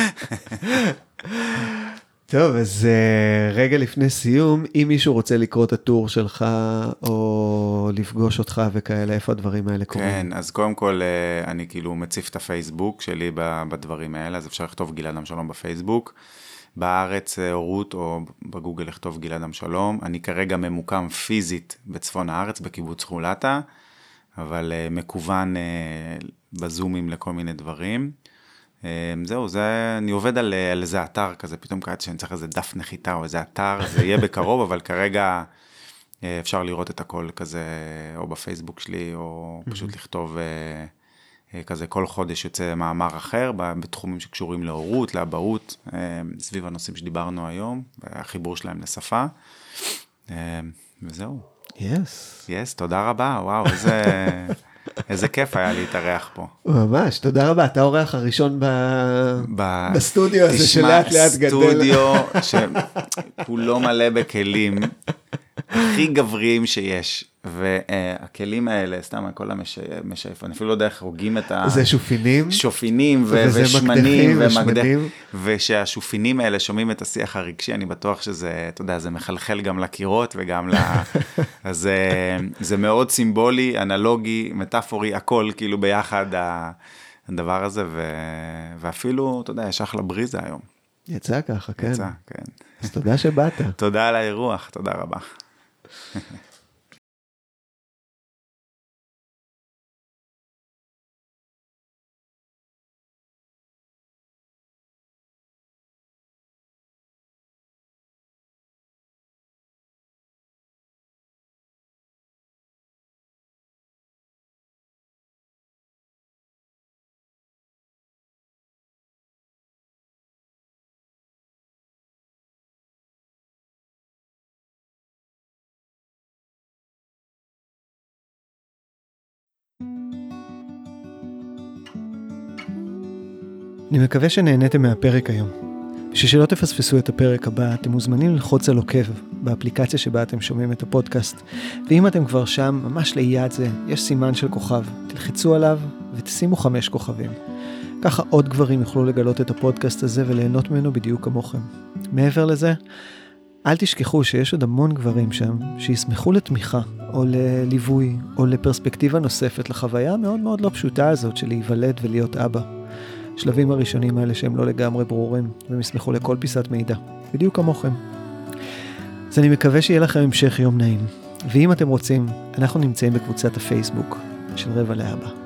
טוב, אז uh, רגע לפני סיום, אם מישהו רוצה לקרוא את הטור שלך, או לפגוש אותך וכאלה, איפה הדברים האלה קורים? כן, אז קודם כל, uh, אני כאילו מציף את הפייסבוק שלי בדברים האלה, אז אפשר לכתוב גלעד עם שלום בפייסבוק, בארץ הורות, או בגוגל לכתוב גלעד עם שלום, אני כרגע ממוקם פיזית בצפון הארץ, בקיבוץ חולתה, אבל uh, מקוון uh, בזומים לכל מיני דברים, זהו, זה, אני עובד על, על איזה אתר כזה, פתאום קראתי שאני צריך איזה דף נחיתה או איזה אתר, זה יהיה בקרוב, אבל כרגע אפשר לראות את הכל כזה, או בפייסבוק שלי, או פשוט לכתוב כזה, כל חודש יוצא מאמר אחר, בתחומים שקשורים להורות, לאבהות, סביב הנושאים שדיברנו היום, והחיבור שלהם לשפה, וזהו. יס. יס, תודה רבה, וואו, איזה... איזה כיף היה להתארח פה. ממש, תודה רבה. אתה האורח הראשון ב... ב... בסטודיו הזה שלאט לאט גדל. סטודיו שהוא לא מלא בכלים, הכי גבריים שיש. והכלים האלה, סתם, כל המשייף, אני אפילו לא יודע איך הוגים את ה... זה שופינים. שופינים ושמנים ומקדחים. ושהשופינים האלה שומעים את השיח הרגשי, אני בטוח שזה, אתה יודע, זה מחלחל גם לקירות וגם ל... אז זה מאוד סימבולי, אנלוגי, מטאפורי, הכל כאילו ביחד הדבר הזה, ואפילו, אתה יודע, יש אחלה בריזה היום. יצא ככה, כן. יצא, כן. אז תודה שבאת. תודה על האירוח, תודה רבה. אני מקווה שנהניתם מהפרק היום. בשביל שלא תפספסו את הפרק הבא, אתם מוזמנים ללחוץ על עוקב באפליקציה שבה אתם שומעים את הפודקאסט. ואם אתם כבר שם, ממש ליד זה, יש סימן של כוכב. תלחצו עליו ותשימו חמש כוכבים. ככה עוד גברים יוכלו לגלות את הפודקאסט הזה וליהנות ממנו בדיוק כמוכם. מעבר לזה, אל תשכחו שיש עוד המון גברים שם שישמחו לתמיכה או לליווי או לפרספקטיבה נוספת לחוויה המאוד מאוד לא פשוטה הזאת של להיוולד ולהיות אבא. שלבים הראשונים האלה שהם לא לגמרי ברורים, והם ישמחו לכל פיסת מידע, בדיוק כמוכם. אז אני מקווה שיהיה לכם המשך יום נעים, ואם אתם רוצים, אנחנו נמצאים בקבוצת הפייסבוק של רבע לאבא.